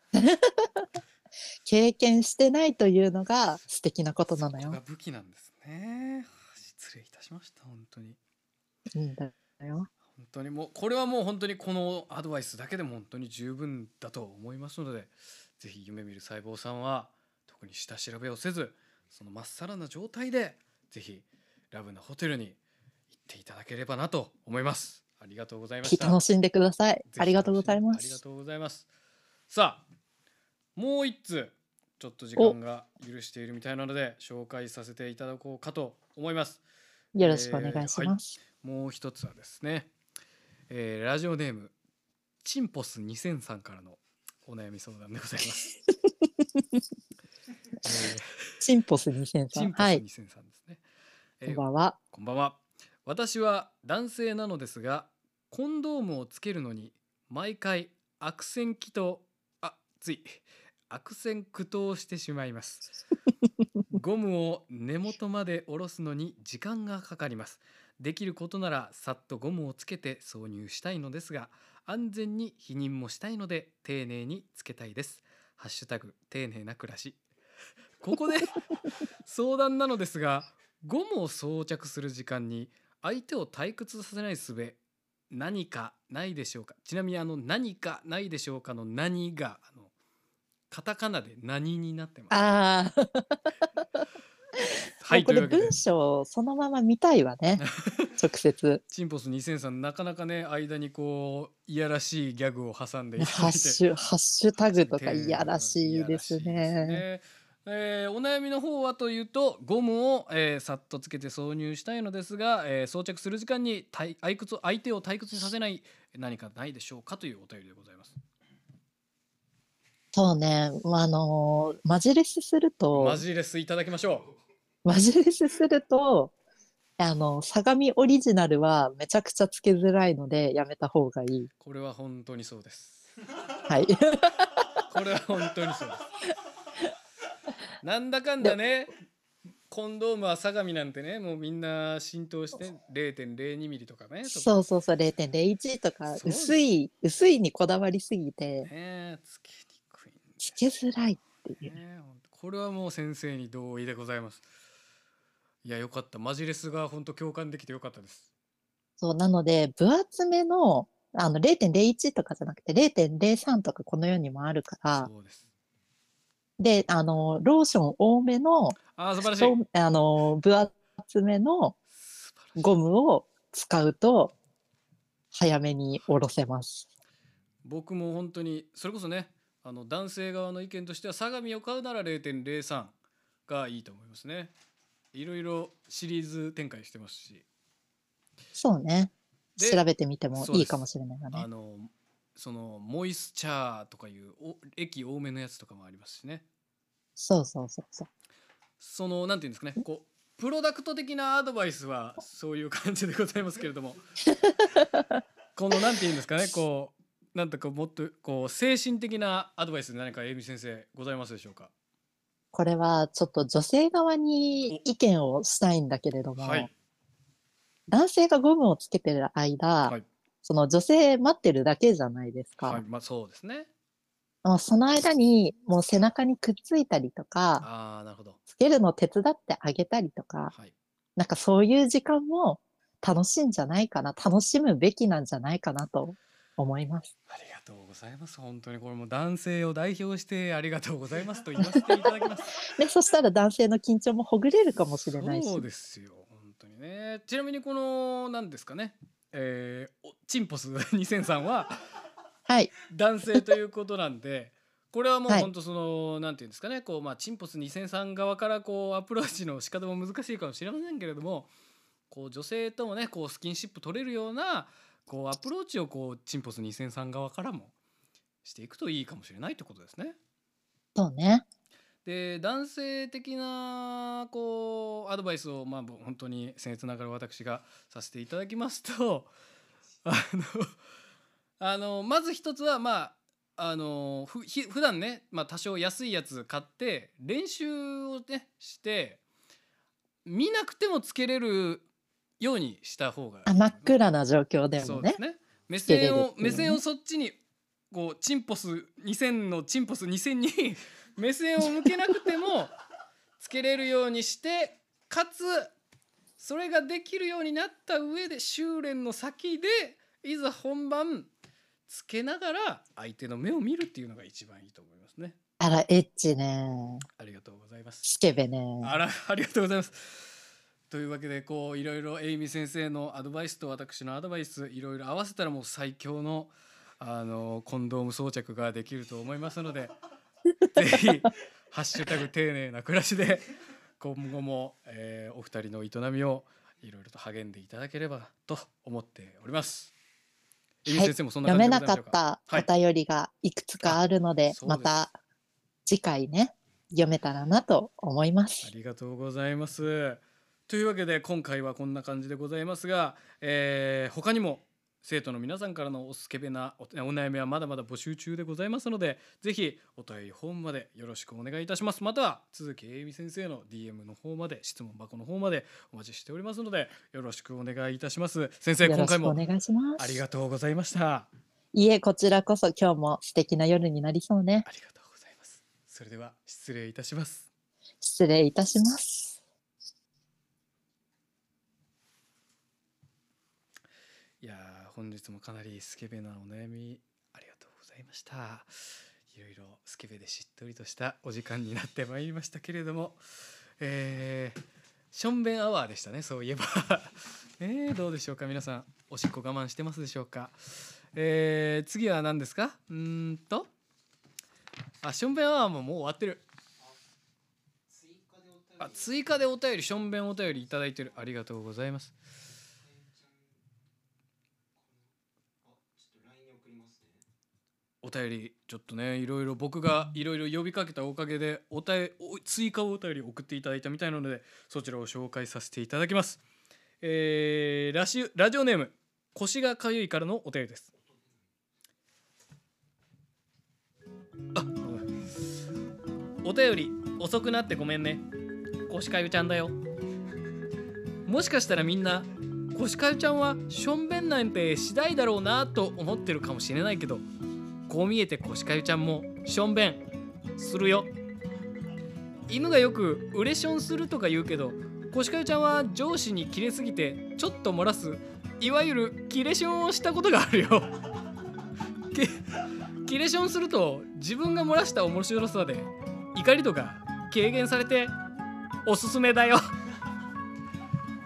経験してないというのが素敵なことなのそこがよ。 武器なんですね。失礼いたしました本当に。 いいんだよ。 本当にもうこれはもう本当にこのアドバイスだけでも本当に十分だと思いますので、ぜひ夢見る細胞さんは特に下調べをせず、そのまっさらな状態でぜひラブなホテルに行っていただければなと思います。ありがとうございました。 楽しんでください。ありがとうございまありがす。 とうございます。さあもう一通ちょっと時間が許しているみたいなので紹介させていただこうかと思います。 よろしくお願いします。 えーはい、もう一つはですね、えーラジオネームチンポスにせんさんからのお悩み相談でございます。えーチンポスにせんさん。 チンポスはいに。せんさんですね。 こんばんは。 こんばんは。私は男性なのですが、コンドームをつけるのに毎回悪戦苦闘、あ、つい悪戦苦闘してしまいます。ゴムを根元まで下ろすのに時間がかかります。できることならさっとゴムをつけて挿入したいのですが、安全に避妊もしたいので丁寧につけたいです。ハッシュタグ丁寧な暮らし。ここで相談なのですが、ゴムを装着する時間に相手を退屈させない術何かないでしょうか。ちなみにあの何かないでしょうかの何があのカタカナで何になってます。 ああ。 はい、 もうことれいうわけで文章をそのまま見たいわね。直接。 チンポスにせんさんなかなかね間にこういやらしいギャグを挟んでいただハッいて、 シュ、ハッシュタグとかいやらしいいですね。 ねえーお悩みの方はというと、ゴムを、えーさっとつけて挿入したいのですが、えー装着する時間に退相屈相手を退屈にさせない何かないでしょうかというお便りでございます。 そうね。まああのーマジレスすると、 マジレスいただきましょマジレスすると、あの、相模オリジナルはめちゃくちゃつけづらいのでやめた方がいい。 う。これは本当にそうです。 はい。 これは本当にそうです。なんだかんだね、コンドームは相模なんてね、もうみんな浸透して れいてんれいに ミリとかね。 そうそうそう、れいてんれいいちとか、 そうです薄い、薄いにこだわりすぎて、 ねつけにくいんつけづらいっていう。 ね。これはもう先生に同意でございます。いやよかった、マジレスが本当共感できてよかったです。 そう、なので、分厚めの、あの、れいてんれいいちとかじゃなくて、れいてんれいさんとかこの世にもあるから、 そうです。 で、あの、ローション多めの、 あー素晴らしい。 そうあの、分厚めのゴムを使うと、 早めに下ろせます。 僕も本当にそれこそね、あの男性側の意見としては相模を買うなら れいてんれいさん がいいと思いますね。いろいろシリーズ展開してますし。 そうね。調べてみてもいいかもしれないわね。 あのそのモイスチャーとかいうお液多めのやつとかもありますしね。 そうそうそうそう。 そのなんていうんですかね、こうプロダクト的なアドバイスはそういう感じでございますけれどもこのなんていうんですかね、こうなんとかもっとこう精神的なアドバイスで何かエイミ先生ございますでしょうか。 これはちょっと女性側に意見をしたいんだけれども、はい、男性がゴムをつけてる間、はい、その女性待ってるだけじゃないですか。 はい、まあそうですね。 もうその間にもう背中にくっついたりとか、 あ、なるほど、 つけるのを手伝ってあげたりとか、はい、なんかそういう時間も楽しいんじゃないかな、楽しむべきなんじゃないかなと思います。 ありがとうございます。本当にこれも男性を代表してありがとうございますと言わせていただきますで、そしたら男性の緊張もほぐれるかもしれないし。 そうですよ、本当にね。ちなみにこの何ですかね、えー、チンポスにせんさんははい、 男性ということなんで、これはもう本当その、はい、なんていうんですかね、こうまあチンポスにせんさん側からこうアプローチの仕方も難しいかもしれませんけれども、こう女性ともねこうスキンシップ取れるようなこうアプローチをこうチンポスにせんさん側からもしていくといいかもしれないってことですね。 そうね。 で、男性的なこうアドバイスをまあ本当に僭越ながら私がさせていただきますと、あのあのまず一つはまああのふひ普段ね、まあ、多少安いやつ買って練習をねして見なくてもつけれるようにした方がいい、ね、 あ、真っ暗な状況でもね。 そうですね。目線を、ね、目線をそっちにこうチンポスにせんのチンポスにせんに目線を向けなくてもつけれるようにして、かつそれができるようになった上で修練の先でいざ本番つけながら相手の目を見るっていうのが一番いいと思いますね。 あらエッチね。 ありがとうございます。 スケベね。 あら、ありがとうございます。というわけでこういろいろエイミ先生のアドバイスと私のアドバイスいろいろ合わせたらもう最強のあのコンドーム装着ができると思いますのでぜひハッシュタグ丁寧な暮らしで今後も、えー、お二人の営みをいろいろと励んでいただければと思っております。エイミ先生もそんな感じでございましょうか。 読めなかったお便りがいくつかあるので、はい、また次回ね読めたらなと思います。 ありがとうございます。というわけで今回はこんな感じでございますが、えー、他にも生徒の皆さんからのおスケベな お, お悩みはまだまだ募集中でございますので、ぜひお便りフォームまでよろしくお願いいたします。または鈴木英美先生の ディーエム の方まで、質問箱の方までお待ちしておりますのでよろしくお願いいたします。先生、今回もありがとうございました。 いえ、こちらこそ今日も素敵な夜になりそうね。 ありがとうございます。それでは失礼いたします。 失礼いたします。 いや本日もかなりスケベなお悩みありがとうございました。いろいろスケベでしっとりとしたお時間になってまいりましたけれども、えー、しょんべんアワーでしたね、そういえばえー、どうでしょうか皆さん、おしっこ我慢してますでしょうか。えー、次は何ですか。うーんとあしょんべんアワーももう終わってる。あ追加でお便りしょんべんお便りいただいてる。ありがとうございます。お便りちょっとね、いろいろ僕がいろいろ呼びかけたおかげでおたえ追加お便り送っていただいたみたいなので、そちらを紹介させていただきます。えー、ラシラジオネーム腰がかゆいからのお便りです。あ、お便り遅くなってごめんね、腰かゆちゃんだよ。もしかしたらみんな腰かゆちゃんはしょんべんなんてしないだろうなと思ってるかもしれないけど、こう見えて腰かゆちゃんもしょんべんするよ。犬がよくウレションするとか言うけど、腰かゆちゃんは上司にキレすぎてちょっと漏らす、いわゆるキレションをしたことがあるよキレションすると自分が漏らした面白さで怒りとか軽減されておすすめだよ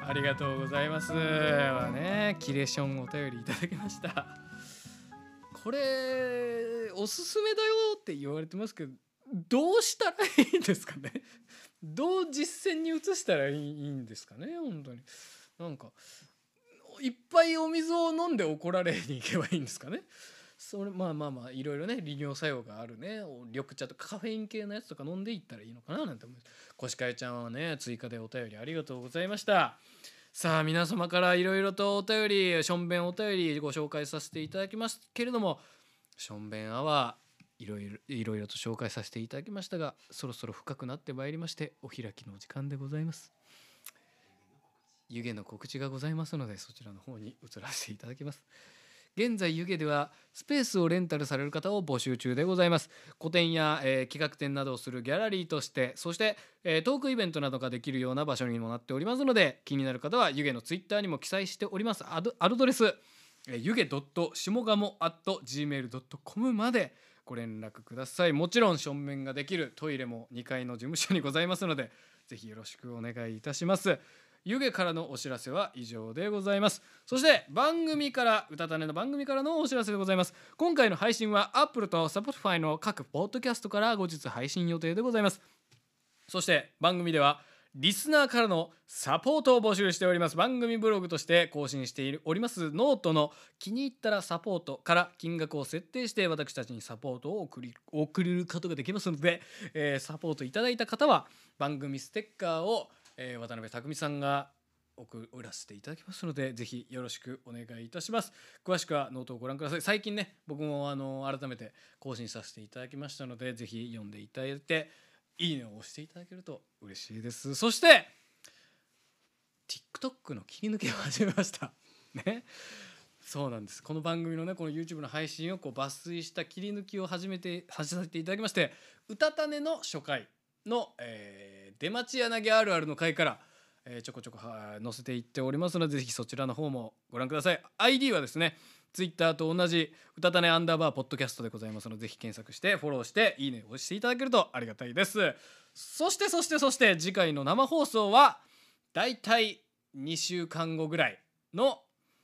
ありがとうございます。はね、キレションお便りいただきました。これおすすめだよって言われてますけど、どうしたらいいんですかね。どう実践に移したらいいんですかね。本当になんかいっぱいお水を飲んで怒られに行けばいいんですかね。それまあまあまあいろいろね利尿作用があるね緑茶とかカフェイン系のやつとか飲んでいったらいいのかななんて思います。コシカエちゃんはね追加でお便りありがとうございました。さあ皆様からいろいろとお便りしょんべんお便りご紹介させていただきますけれども、しょんべんアワーいろいろいろいろと紹介させていただきましたが、そろそろ深くなってまいりましてお開きのお時間でございます。湯気の告知がございますのでそちらの方に移らせていただきます。現在湯気ではスペースをレンタルされる方を募集中でございます。個展や、えー、企画展などをするギャラリーとして、そして、えー、トークイベントなどができるような場所にもなっておりますので、気になる方は湯気のツイッターにも記載しておりますアドアドレス、えー、湯気しもがも アットジーメールドットコム までご連絡ください。もちろん正面ができるトイレもにかいの事務所にございますので、ぜひよろしくお願いいたします。湯気からのお知らせは以上でございます。そして番組からうたたねの番組からのお知らせでございます。今回の配信は Apple と Spotify の各ポッドキャストから後日配信予定でございます。そして番組ではリスナーからのサポートを募集しております。番組ブログとして更新しておりますノートの気に入ったらサポートから金額を設定して私たちにサポートを送り送ることができますので、えー、サポートいただいた方は番組ステッカーをえー、渡辺匠さんが送らせていただきますので、ぜひよろしくお願いいたします。詳しくはノートをご覧ください。最近ね僕もあの改めて更新させていただきましたので、ぜひ読んでいただいていいねを押していただけると嬉しいです。そして TikTok の切り抜きを始めましたね。そうなんです。この番組のねこの YouTube の配信をこう抜粋した切り抜きを始めて始めていただきまして、うたたねの初回の、えー、出町柳あるあるの回から、えー、ちょこちょこ載せていっておりますので、ぜひそちらの方もご覧ください。 アイディー はですね Twitter と同じうたたねアンダーバーポッドキャストでございますので、ぜひ検索してフォローしていいねを押していただけるとありがたいです。そしてそしてそして次回の生放送はだいたいにしゅうかんごぐらいの、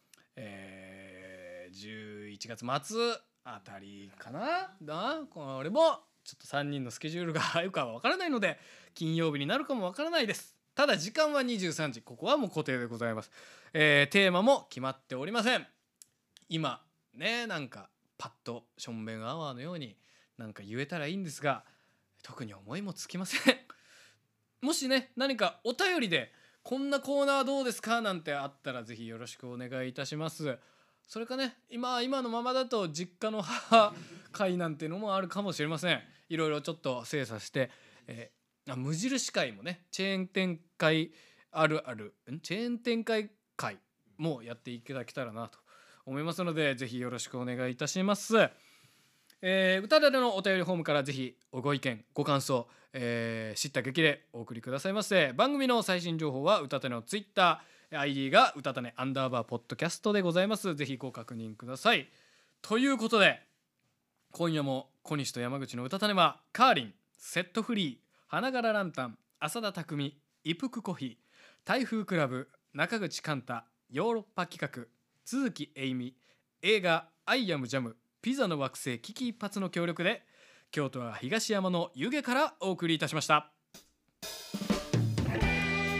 えー、じゅういちがつ末あたりかなな。これもちょっとさんにんのスケジュールが合うかは分からないので金曜日になるかも分からないです。ただ時間はにじゅうさんじ、ここはもう固定でございます。えー、テーマも決まっておりません。今ねなんかパッとしょんべんアワーのようになんか言えたらいいんですが、特に思いもつきません。もしね何かお便りでこんなコーナーどうですかなんてあったらぜひよろしくお願いいたします。それかね 今, 今のままだと実家の母会なんていうのもあるかもしれません。いろいろちょっと精査して、えー、あ無印会もねチェーン展開あるあるチェーン展開会もやっていただけたらなと思いますので、ぜひよろしくお願いいたします。えー、うたたねのお便りフォームからぜひご意見ご感想、えー、知った激励お送りくださいませ。番組の最新情報はうたたねのツイッター アイディー がうたたねアンダーバーポッドキャストでございます。ぜひご確認ください。ということで今夜も小西と山口のうたたねはカーリン、セットフリー、花柄ランタン、浅田匠、一服コーヒー、台風クラブ、中口寛太、ヨーロッパ企画、都築栄美、映画アイアムジャム、ピザの惑星危機一髪の協力で京都は東山の湯気からお送りいたしました。さあエンデ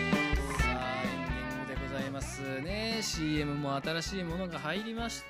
ィングでございますね。 シーエム も新しいものが入りまして、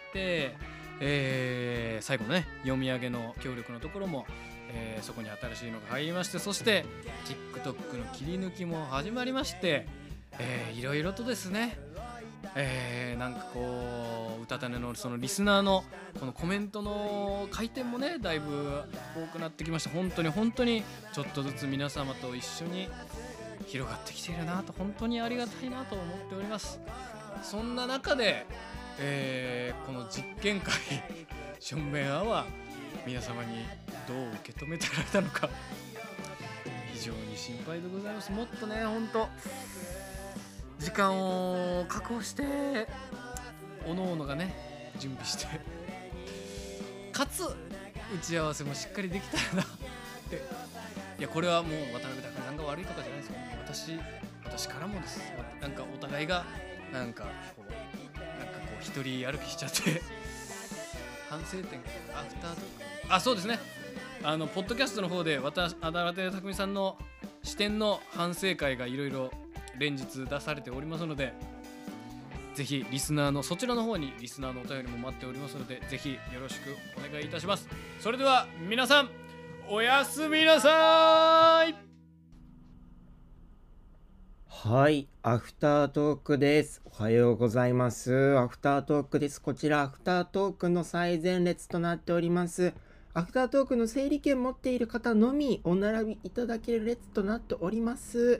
えー、最後のね読み上げの協力のところも、えー、そこに新しいのが入りまして、そして TikTok の切り抜きも始まりまして、えー、いろいろとですね、えー、なんかこううたたねのそのリスナーのこのコメントの回転もねだいぶ多くなってきました。本当に本当にちょっとずつ皆様と一緒に広がってきているなと、本当にありがたいなと思っております。そんな中で、えー、この実験会しょんべんアワー皆様にどう受け止めてられたのか非常に心配でございます。もっとね本当時間を確保しておのおのがね準備してかつ打ち合わせもしっかりできたらなって。いやこれはもう渡辺拓さんが悪いとかじゃないですよ。私私からもです。なんかお互いがなんかこうなんかこう一人歩きしちゃって反省点アフタートーク、あ、そうですね、あのポッドキャストの方で私あだらてたくみさんの視点の反省会がいろいろ連日出されておりますので、ぜひリスナーのそちらの方にリスナーのお便りも待っておりますので、ぜひよろしくお願いいたします。それでは皆さんおやすみなさい。 はい、アフタートークです。おはようございます。アフタートークです。こちらアフタートークの最前列となっております。アフタートークの整理券持っている方のみお並びいただける列となっております。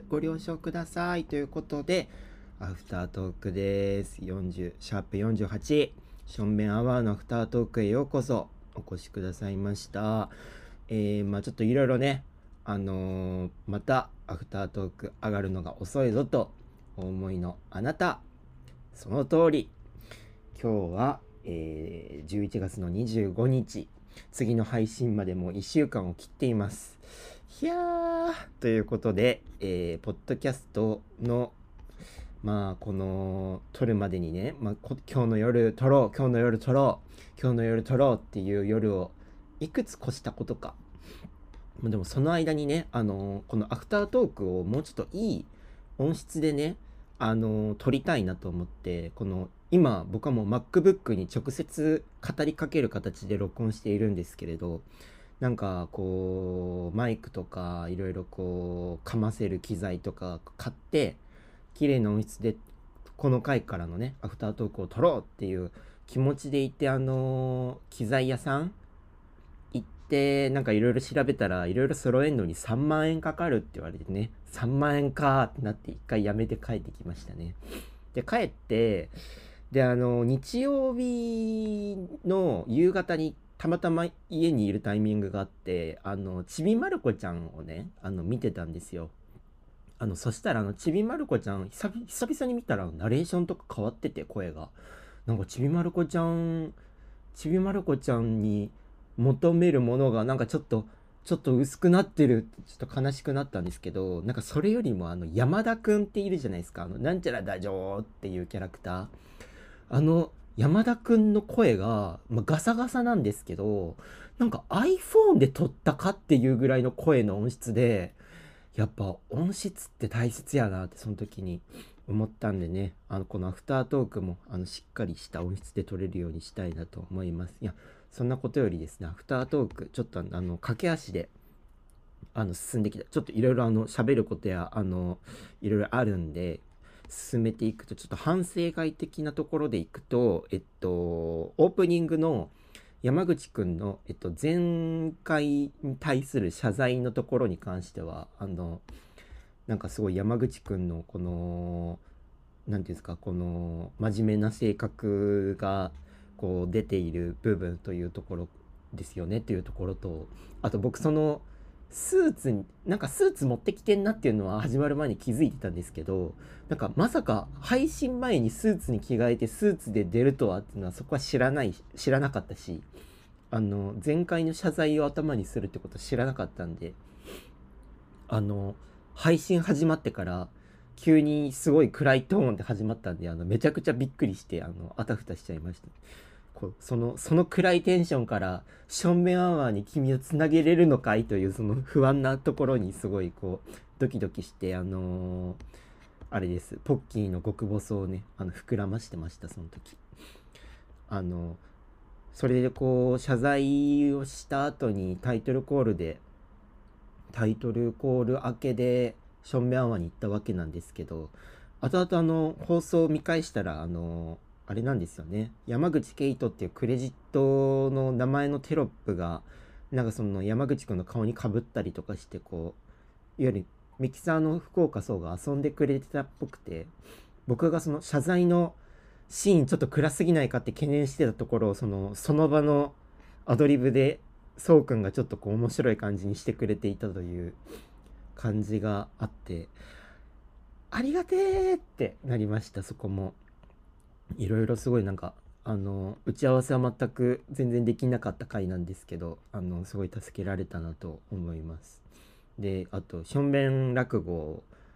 ご了承ください。ということで、アフタートークです。よんじゅうシャープよんじゅうはちションベンアワーのアフタートークへようこそお越しくださいました。えー、まあちょっといろいろね、あのー、またアフタートーク上がるのが遅いぞとお思いのあなた、その通り、今日は、えー、じゅういちがつのにじゅうごにち、次の配信までもういっしゅうかんを切っています。いやー、ということで、えー、ポッドキャストのまあこの撮るまでにね、まあ、今日の夜撮ろう今日の夜撮ろう今日の夜撮ろうっていう夜をいくつ越したことか。でもその間にね、あのー、このアフタートークをもうちょっといい音質でね、あのー、撮りたいなと思って、この今僕はもう MacBook に直接語りかける形で録音しているんですけれど、なんかこうマイクとかいろいろこうかませる機材とか買って綺麗な音質でこの回からのねアフタートークを撮ろうっていう気持ちでいて、あのー、機材屋さん行ってなんかいろいろ調べたらいろいろ揃えるのにさんまんえんかかるって言われてね、さんまんえんかってなって一回やめて帰ってきましたね。で帰ってであの日曜日の夕方にたまたま家にいるタイミングがあって、あのちびまる子ちゃんをねあの見てたんですよ。あのそしたらあのちびまる子ちゃん久々、久々に見たらナレーションとか変わってて、声がなんかちびまる子ちゃんちびまる子ちゃんに求めるものがなんかちょっとちょっと薄くなってるってちょっと悲しくなったんですけど、なんかそれよりもあの山田くんっているじゃないですか、あのなんちゃらだじょーっていうキャラクター、あの山田くんの声が、まあ、ガサガサなんですけど、なんか iPhone で撮ったかっていうぐらいの声の音質で、やっぱ音質って大切やなってその時に思ったんでね、あのこのアフタートークもあのしっかりした音質で撮れるようにしたいなと思います。いやそんなことよりですね、アフタートークちょっとあの駆け足であの進んできた、ちょっといろいろあの喋ることやあのいろいろあるんで進めていくと、ちょっと反省会的なところでいくと、えっとオープニングの山口くんの、えっと、前回に対する謝罪のところに関しては、あのなんかすごい山口くんのこのなんていうんですか、この真面目な性格がこう出ている部分というところですよねっていうところと、あと僕そのスーツになんかスーツ持ってきてんなっていうのは始まる前に気づいてたんですけど、なんかまさか配信前にスーツに着替えてスーツで出るとはっていうのはそこは知らない知らなかったし、あの前回の謝罪を頭にするってことは知らなかったんで、あの配信始まってから急にすごい暗いトーンで始まったんで、あのめちゃくちゃびっくりしてあのあたふたしちゃいました。そのその暗いテンションからションベンアワーに君をつなげれるのかいというその不安なところにすごいこうドキドキして、あのー、あれです、ポッキーの極細をねあの膨らましてました。その時あのそれでこう謝罪をした後にタイトルコールでタイトルコール明けでションベンアワーに行ったわけなんですけど、後々あの放送を見返したらあのーあれなんですよね、山口ケイトっていうクレジットの名前のテロップがなんかその山口くんの顔にかぶったりとかして、こういわゆるミキサーの福岡壮が遊んでくれてたっぽくて、僕がその謝罪のシーンちょっと暗すぎないかって懸念してたところを、そのその場のアドリブで壮くんがちょっとこう面白い感じにしてくれていたという感じがあって、ありがてーってなりました。そこもいろいろすごいなんかあの打ち合わせは全く全然できなかった回なんですけど、あのすごい助けられたなと思います。であとションベン落語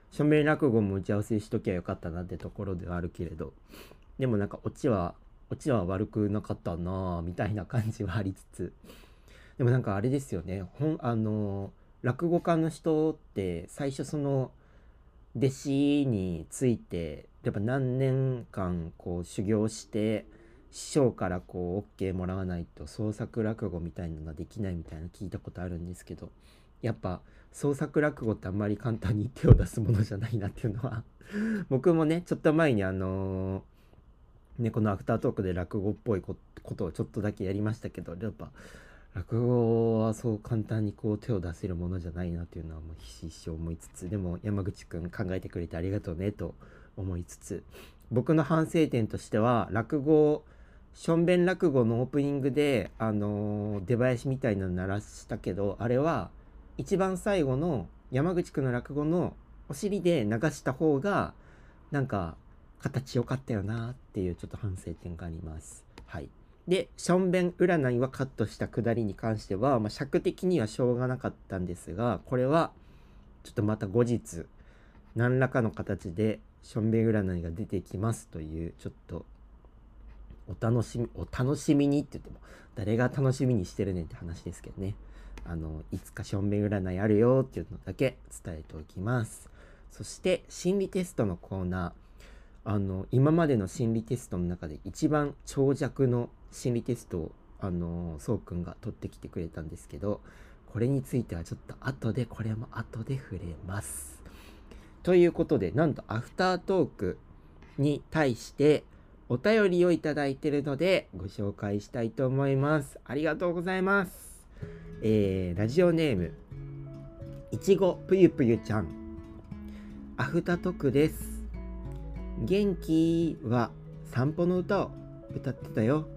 しょんべん落語も打ち合わせしときゃよかったなってところではあるけれど、でもなんかオチはオチは悪くなかったなみたいな感じはありつつ、でもなんかあれですよね、ほんあの落語家の人って最初その弟子についてやっぱ何年間こう修行して師匠からこう オーケー もらわないと創作落語みたいなのができないみたいな聞いたことあるんですけど、やっぱ創作落語ってあんまり簡単に手を出すものじゃないなっていうのは僕もねちょっと前にあのねこのアフタートークで落語っぽいことをちょっとだけやりましたけど、やっぱ落語はそう簡単にこう手を出せるものじゃないなっていうのはもうひしひし思いつつ、でも山口くん考えてくれてありがとうねと思いつつ、僕の反省点としては落語しょんべん落語のオープニングであのー、出囃子みたいなの鳴らしたけど、あれは一番最後の山口くんの落語のお尻で流した方がなんか形良かったよなっていうちょっと反省点があります。はい。でしょんべん占いはカットしたくだりに関しては、まあ、尺的にはしょうがなかったんですが、これはちょっとまた後日何らかの形でしょんべん占いが出てきますという、ちょっとお楽しみお楽しみにって言っても誰が楽しみにしてるねんって話ですけどね、あのいつかしょんべん占いあるよっていうのだけ伝えておきます。そして心理テストのコーナー、あの今までの心理テストの中で一番長尺の心理テストをあのそうくんが取ってきてくれたんですけど、これについてはちょっと後でこれも後で触れます。ということで、なんとアフタートークに対してお便りをいただいているのでご紹介したいと思います。ありがとうございます。えー、ラジオネームいちごぷゆぷゆちゃん、アフタトクです。元気は散歩の歌を歌ってたよ。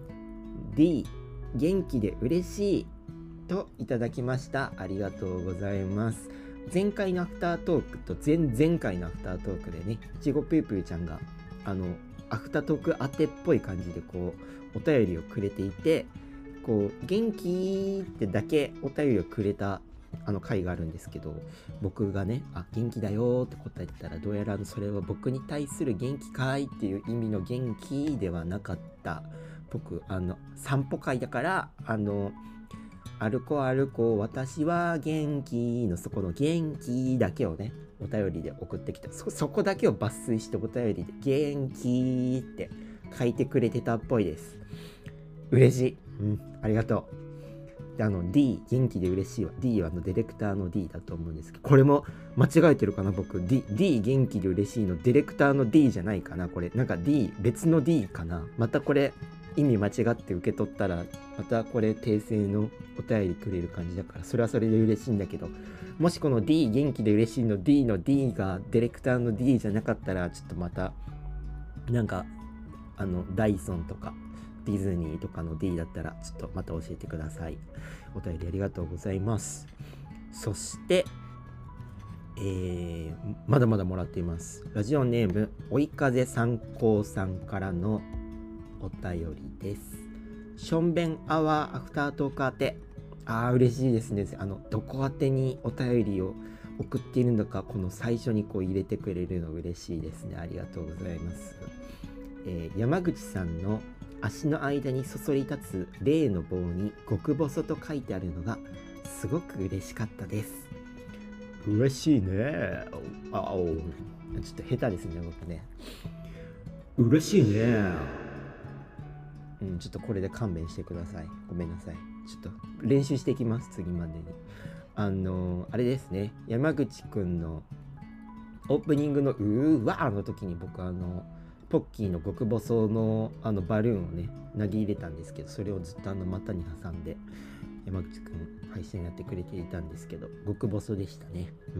D 元気で嬉しいといただきました。ありがとうございます。前回のアフタートークと前々回のアフタートークでね、いちごぷゆぷゆちゃんがあのアフタートーク当てっぽい感じでこうお便りをくれていて、こう元気ってだけお便りをくれたあの回があるんですけど、僕がねあ元気だよって答えてたら、どうやらそれは僕に対する元気かいっていう意味の元気ではなかった。僕あの散歩会だからあの歩こう歩こう私は元気のそこの元気だけをねお便りで送ってきた。 そ, そこだけを抜粋してお便りで元気って書いてくれてたっぽいです。嬉しい、うん、ありがとう。であの D 元気で嬉しいわ D はあのディレクターの D だと思うんですけど、これも間違えてるかな僕。 D, D 元気で嬉しいのディレクターの D じゃないかな、これなんか D 別の D かな。またこれ意味間違って受け取ったらまたこれ訂正のお便りくれる感じだから、それはそれで嬉しいんだけど、もしこの D 元気で嬉しいの D の D がディレクターの D じゃなかったら、ちょっとまたなんかあのダイソンとかディズニーとかの D だったらちょっとまた教えてください。お便りありがとうございます。そしてえー、まだまだもらっています。ラジオネーム追い風参考さんからのお便りです。しょんべんアワーアフタートーク宛て、あー嬉しいですね。あのどこ宛てにお便りを送っているのか、この最初にこう入れてくれるの嬉しいですね。ありがとうございます。えー、山口さんの足の間にそそり立つ例の棒に極細と書いてあるのがすごく嬉しかったです。嬉しいね。あおちょっと下手ですね僕ね。嬉しいね。うん、ちょっとこれで勘弁してください。ごめんなさい。ちょっと練習していきます、次までに。あのあれですね、山口くんのオープニングのうーわーの時に僕あのポッキーの極細のあのバルーンをね投げ入れたんですけど、それをずっとあの股に挟んで山口くん配信やってくれていたんですけど、極細でしたね。うん、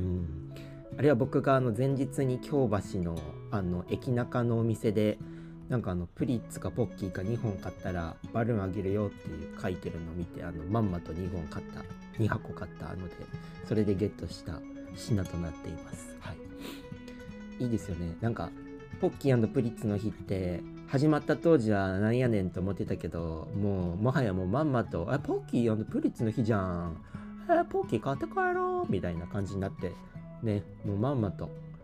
あれは僕があの前日に京橋のあの駅中のお店でなんかあのプリッツかポッキーかにほん買ったらバルーンあげるよっていう書いてるのを見て、あのまんまとにほん買ったにはこ買ったので、それでゲットした品となっています。はい、いいですよね。なんかポッキー&プリッツの日って始まった当時はなんやねんと思ってたけど、もうもはやもうまんまとあポッキー&プリッツの日じゃん、えポッキー買って帰ろうみたいな感じになってね、もうまんまと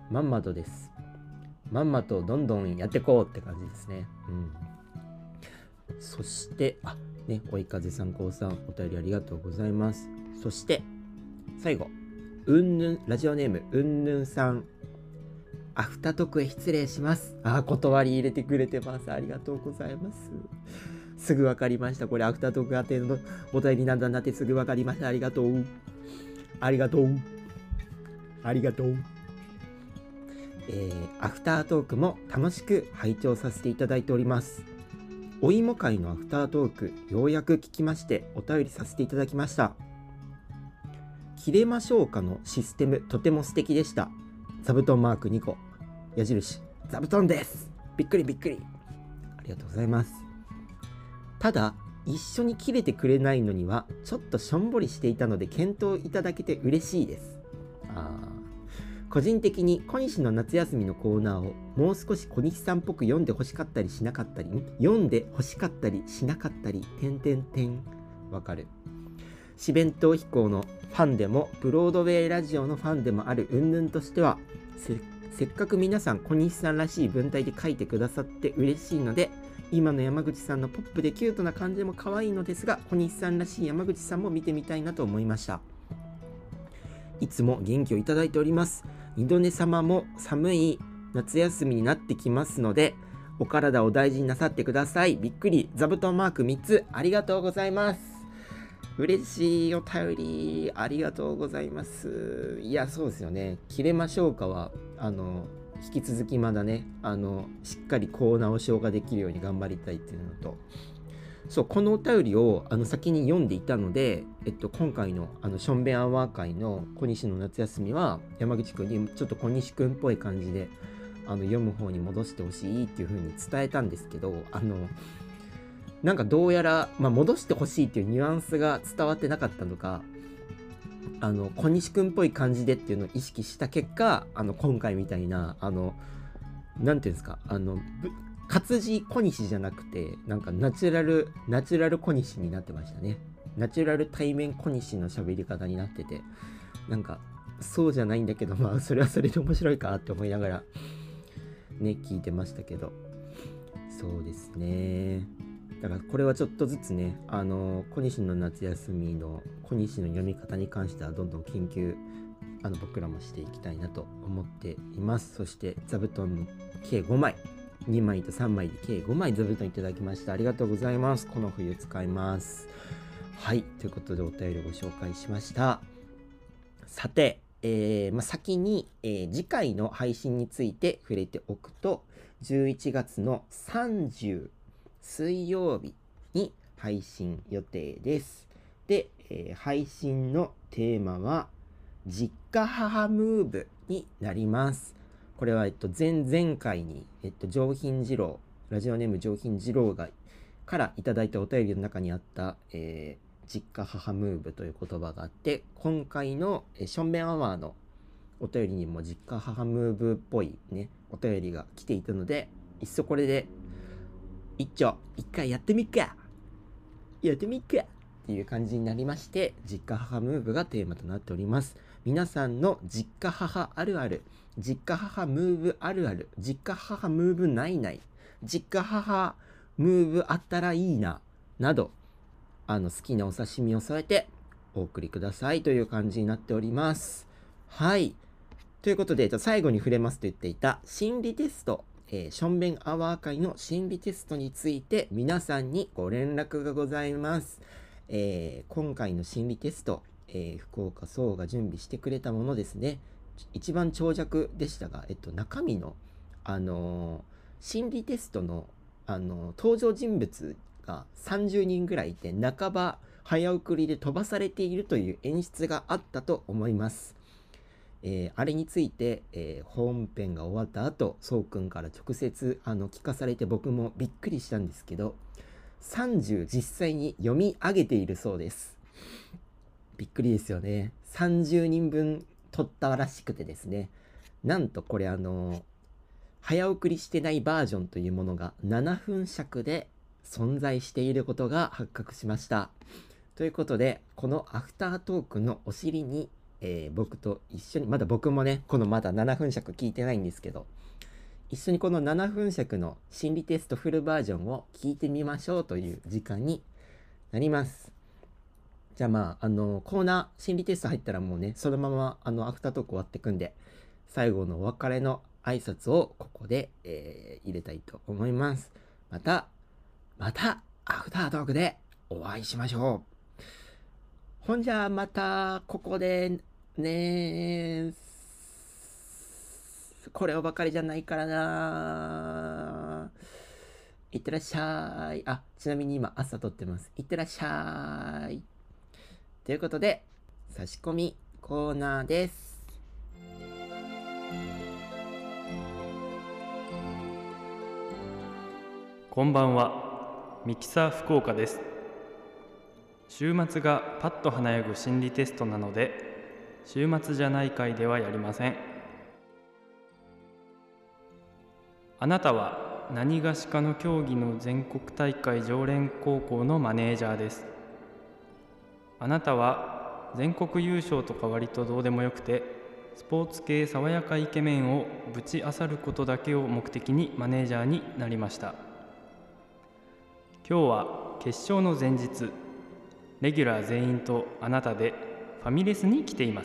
まんまとです。まんまとどんどんやってこうって感じですね。うん。そして、あ、ね、追い風さん、こうさん、お便りありがとうございます。そして、最後、うんぬん、ラジオネーム、うんぬんさん。アフタートークへ失礼します。あ、断り入れてくれてます。ありがとうございます。すぐ分かりました。これアフタートーク宛てのお便りなんだなってすぐ分かりました。ありがとう。ありがとう。ありがとう。えー、アフタートークも楽しく拝聴させていただいております。お芋会のアフタートーク、ようやく聞きましてお便りさせていただきました。切れましょうかのシステム、とても素敵でした。座布団マークにこ、矢印、座布団です。びっくりびっくり。ありがとうございます。ただ、一緒に切れてくれないのには、ちょっとしょんぼりしていたので、検討いただけて嬉しいです。あ個人的に小西の夏休みのコーナーをもう少し小西さんっぽく読んでほしかったりしなかったり、読んでほしかったりしなかったり、てんてんてん。わかる。四弁当飛行のファンでも、ブロードウェイラジオのファンでもある云々としては、せせっかく皆さん小西さんらしい文体で書いてくださって嬉しいので、今の山口さんのポップでキュートな感じも可愛いのですが、小西さんらしい山口さんも見てみたいなと思いました。いつも元気をいただいております。二度寝様も寒い夏休みになってきますので、お体を大事になさってください。びっくり。座布団マークみっつありがとうございます。嬉しいお便りありがとうございます。いや、そうですよね。切れましょうかはあの引き続きまだね、あのしっかりコーナーを消化できるように頑張りたいっていうのと、そう、このお便りをあの先に読んでいたので、えっと、今回のあのションベンアワー会の小西の夏休みは山口くんにちょっと小西くんっぽい感じであの読む方に戻してほしいっていう風に伝えたんですけど、あのなんかどうやら、まあ、戻してほしいっていうニュアンスが伝わってなかったのか、あの小西くんっぽい感じでっていうのを意識した結果、あの今回みたいなあのなんていうんですか、あの活字小西じゃなくて、なんかナチュラルナチュラル小西になってましたね。ナチュラル対面小西の喋り方になってて、なんかそうじゃないんだけど、まあそれはそれで面白いかって思いながらね聞いてましたけど、そうですね。だからこれはちょっとずつね、あの小西の夏休みの小西の読み方に関してはどんどん研究あの僕らもしていきたいなと思っています。そして座布団の計ごまい、にまいとさんまいで計ごまい座布団いただきました。ありがとうございます。この冬使います。はい、ということでお便りをご紹介しました。さて、えーまあ、先に、えー、次回の配信について触れておくと、じゅういちがつのさんじゅう水曜日に配信予定です。で、えー、配信のテーマは実家母ムーブになります。これは、えっと、前々回に、えっと、上品二郎、ラジオネーム上品二郎がからいただいたお便りの中にあった、えー、実家母ムーブという言葉があって、今回の、えー、ションベンアワーのお便りにも実家母ムーブっぽいね、お便りが来ていたので、いっそこれで、一丁、一回やってみっかやってみっかっていう感じになりまして、実家母ムーブがテーマとなっております。皆さんの実家母あるある、実家母ムーブあるある、実家母ムーブないない、実家母ムーブあったらいいな、など、あの好きなお刺身を添えてお送りくださいという感じになっております。はい。ということで、最後に触れますと言っていた心理テスト、えー、ションベンアワー会の心理テストについて皆さんにご連絡がございます。えー、今回の心理テスト、えー、福岡総が準備してくれたものですね。一番長尺でしたが、えっと、中身の、あのー、心理テストの、あのー、登場人物がさんじゅうにんぐらいいて、半ば早送りで飛ばされているという演出があったと思います。えー、あれについて、えー、本編が終わった後、そうくんから直接あの聞かされて僕もびっくりしたんですけど、さんじゅう実際に読み上げているそうです。びっくりですよね。さんじゅうにんぶん取ったらしくてですね、なんとこれあの早送りしてないバージョンというものがななふん尺で存在していることが発覚しました。ということで、このアフタートークのお尻にえー、僕と一緒に、まだ僕もねこのまだななふん尺聞いてないんですけど、一緒にこのななふん尺の心理テストフルバージョンを聞いてみましょうという時間になります。じゃあまああのコーナー心理テスト入ったらもうねそのままあのアフタートーク終わってくんで、最後のお別れの挨拶をここで、えー、入れたいと思います。またまたアフタートークでお会いしましょう。ほんじゃまたここでね、これおばかりじゃないからな。いってらっしゃい。あ、ちなみに今朝撮ってます。いってらっしゃい。ということで差し込みコーナーです。 こんばんは、ミキサー福岡です。週末がパッと華やぐ心理テストなので、週末じゃない回ではやりません。あなたは何がしかの競技の全国大会常連高校のマネージャーです。あなたは全国優勝とか割とどうでもよくて、スポーツ系爽やかイケメンをぶち漁ることだけを目的にマネージャーになりました。今日は決勝の前日、レギュラー全員とあなたでファミレスに来ています。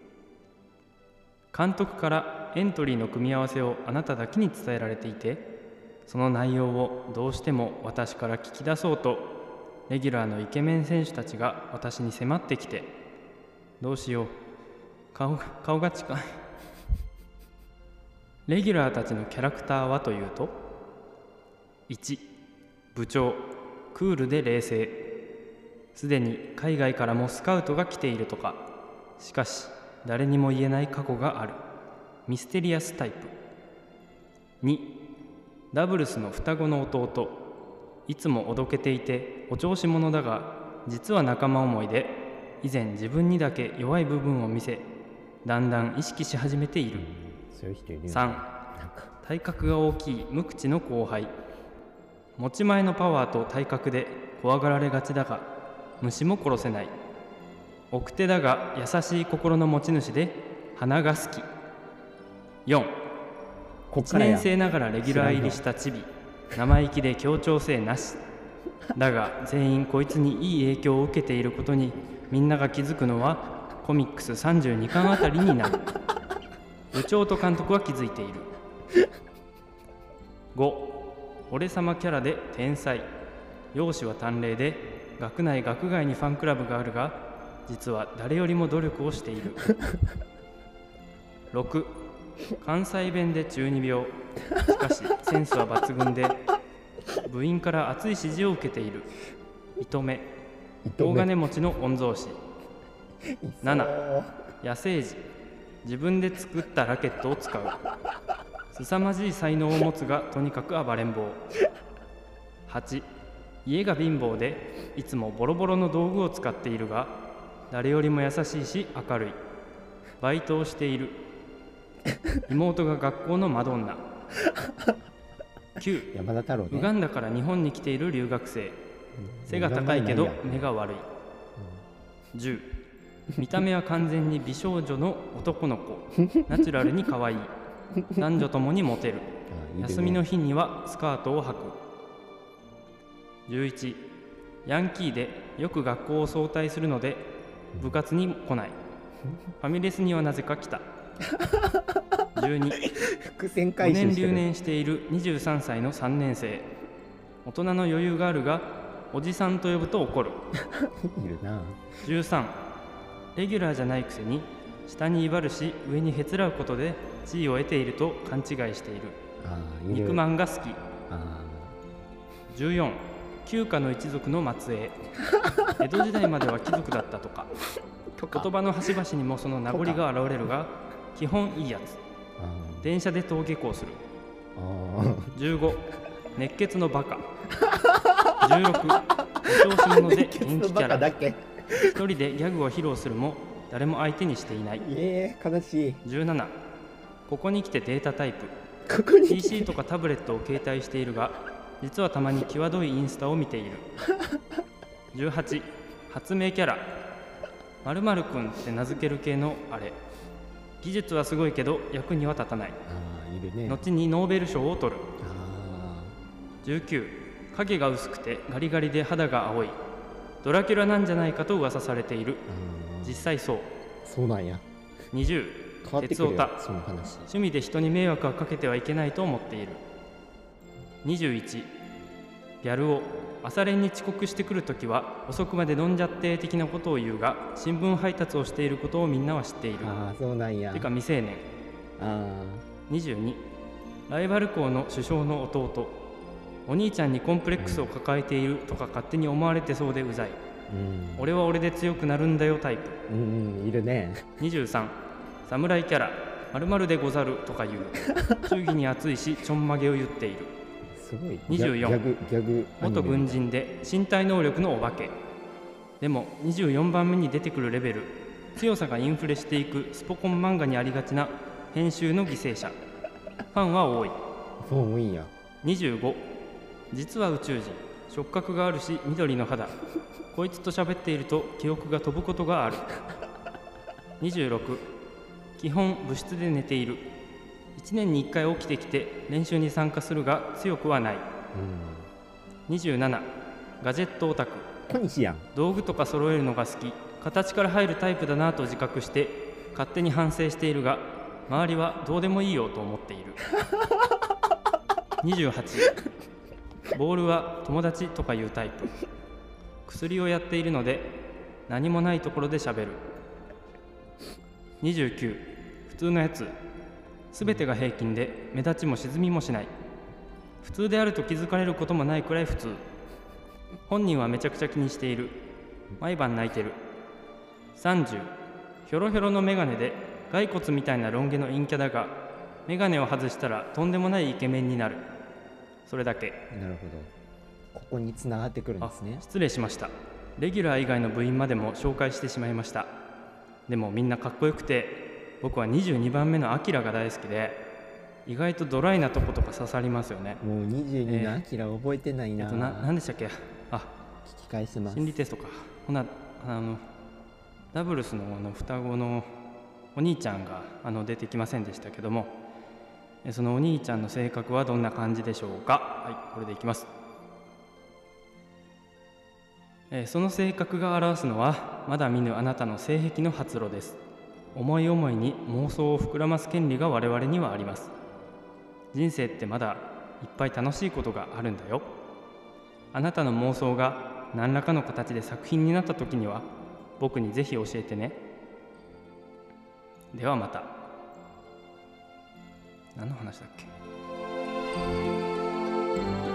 監督からエントリーの組み合わせをあなただけに伝えられていて、その内容をどうしても私から聞き出そうと、レギュラーのイケメン選手たちが私に迫ってきて、どうしよう、顔が、顔が近い。レギュラーたちのキャラクターはというと、いち、部長、クールで冷静。すでに海外からもスカウトが来ているとか。しかし誰にも言えない過去がある。ミステリアスタイプ。に、ダブルスの双子の弟。いつもおどけていてお調子者だが、実は仲間思いで、以前自分にだけ弱い部分を見せ、だんだん意識し始めている。さん、体格が大きい無口の後輩。持ち前のパワーと体格で怖がられがちだが、虫も殺せない。奥手だが優しい心の持ち主で花が好き。よん、いちねん生ながらレギュラー入りしたチビ。生意気で協調性なし。だが全員こいつにいい影響を受けていることにみんなが気づくのはコミックスさんじゅうにかんあたりになる。部長と監督は気づいている。ご、俺様キャラで天才。容姿は淡麗で学内学外にファンクラブがあるが、実は誰よりも努力をしている。ろく、関西弁で中二病。しかしセンスは抜群で部員から熱い支持を受けている。糸目、大金持ちの御曹司。なな、野生児。自分で作ったラケットを使う。凄まじい才能を持つがとにかく暴れん坊。はち、家が貧乏でいつもボロボロの道具を使っているが、誰よりも優しいし明るい。バイトをしている。妹が学校のマドンナ。きゅう、 山田太郎ね、 ウガンダから日本に来ている留学生。背が高いけど目が悪い。じゅう、見た目は完全に美少女の男の子。ナチュラルに可愛い。男女ともにモテる。休みの日にはスカートを履く。じゅういち、ヤンキーでよく学校を早退するので部活に来ない。ファミレスにはなぜか来た。じゅうに、ごねん留年しているにじゅうさんさいのさんねん生。大人の余裕があるがおじさんと呼ぶと怒る。 いるな。 じゅうさん、レギュラーじゃないくせに下に威張るし上にへつらうことで地位を得ていると勘違いしている。肉まんが好き。じゅうよん、旧家の一族の末裔。江戸時代までは貴族だったとか。言葉の端々にもその名残が現れるが、基本いいやつ。電車で登下校する。じゅうご、熱血のバカ。じゅうろく、お調子者で人気キャラ。一人でギャグを披露するも誰も相手にしていない。 えー、悲しい。 じゅうなな、ここに来てデータタイプ。ピーシー とかタブレットを携帯しているが、実はたまに際どいインスタを見ている。じゅうはち、発明キャラ。 〇〇くんって名付ける系のあれ。技術はすごいけど役には立たない。 あいるね。 後にノーベル賞を取る。 あじゅうきゅう、影が薄くてガリガリで肌が青い。ドラキュラなんじゃないかと噂されている。実際そう。 そうなんや。 にじゅう、 変わってくるよ鉄オタ。 その話。 趣味で人に迷惑はかけてはいけないと思っている。にじゅういち、ギャル男。朝練に遅刻してくるときは遅くまで飲んじゃって的なことを言うが、新聞配達をしていることをみんなは知っている。 ああそうなんや。 てか未成年。 あにじゅうに、ライバル校の首相の弟。お兄ちゃんにコンプレックスを抱えているとか勝手に思われてそうでうざい。 うん俺は俺で強くなるんだよタイプ。 うんいるね。 にじゅうさん、侍キャラ。〇〇でござるとか言う。忠義に熱いしちょんまげを言っている。 すごい。 にじゅうよん、 ギャグギャグ元軍人で身体能力のお化け。でもにじゅうよんばんめに出てくるレベル、強さがインフレしていくスポコン漫画にありがちな編集の犠牲者。ファンは多い。 ファン多いんや。 にじゅうご、実は宇宙人。触覚があるし緑の肌。こいつと喋っていると記憶が飛ぶことがある。にじゅうろく、基本部室で寝ている。いちねんにいっかい起きてきて練習に参加するが強くはない。にじゅうなな、ガジェットオタク。 小西やん。 道具とか揃えるのが好き。形から入るタイプだなと自覚して勝手に反省しているが、周りはどうでもいいよと思っている。にじゅうはち、ボールは友達とかいうタイプ。薬をやっているので何もないところでしゃべる。にじゅうきゅう、普通のやつ。すべてが平均で目立ちも沈みもしない。普通であると気づかれることもないくらい普通。本人はめちゃくちゃ気にしている。毎晩泣いてる。さんじゅう、ひょろひょろのメガネで骸骨みたいなロン毛の陰キャだが、メガネを外したらとんでもないイケメンになる。それだけ。 なるほど。ここに繋がってくるんですね。 失礼しました。レギュラー以外の部員までも紹介してしまいました。でもみんなかっこよくて、僕はにじゅうにばんめのアキラが大好きで、意外とドライなとことか刺さりますよね。 もうにじゅうにのアキラ覚えてないな。 えっとな何でしたっけ。あ、 聞き返します。 心理テストか。ほな、あのダブルスのあの双子のお兄ちゃんがあの出てきませんでしたけども、そのお兄ちゃんの性格はどんな感じでしょうか。はい、これでいきます。えー、その性格が表すのはまだ見ぬあなたの性癖の発露です。思い思いに妄想を膨らます権利が我々にはあります。人生ってまだいっぱい楽しいことがあるんだよ。あなたの妄想が何らかの形で作品になった時には僕にぜひ教えてね。ではまた。何の話だっけ。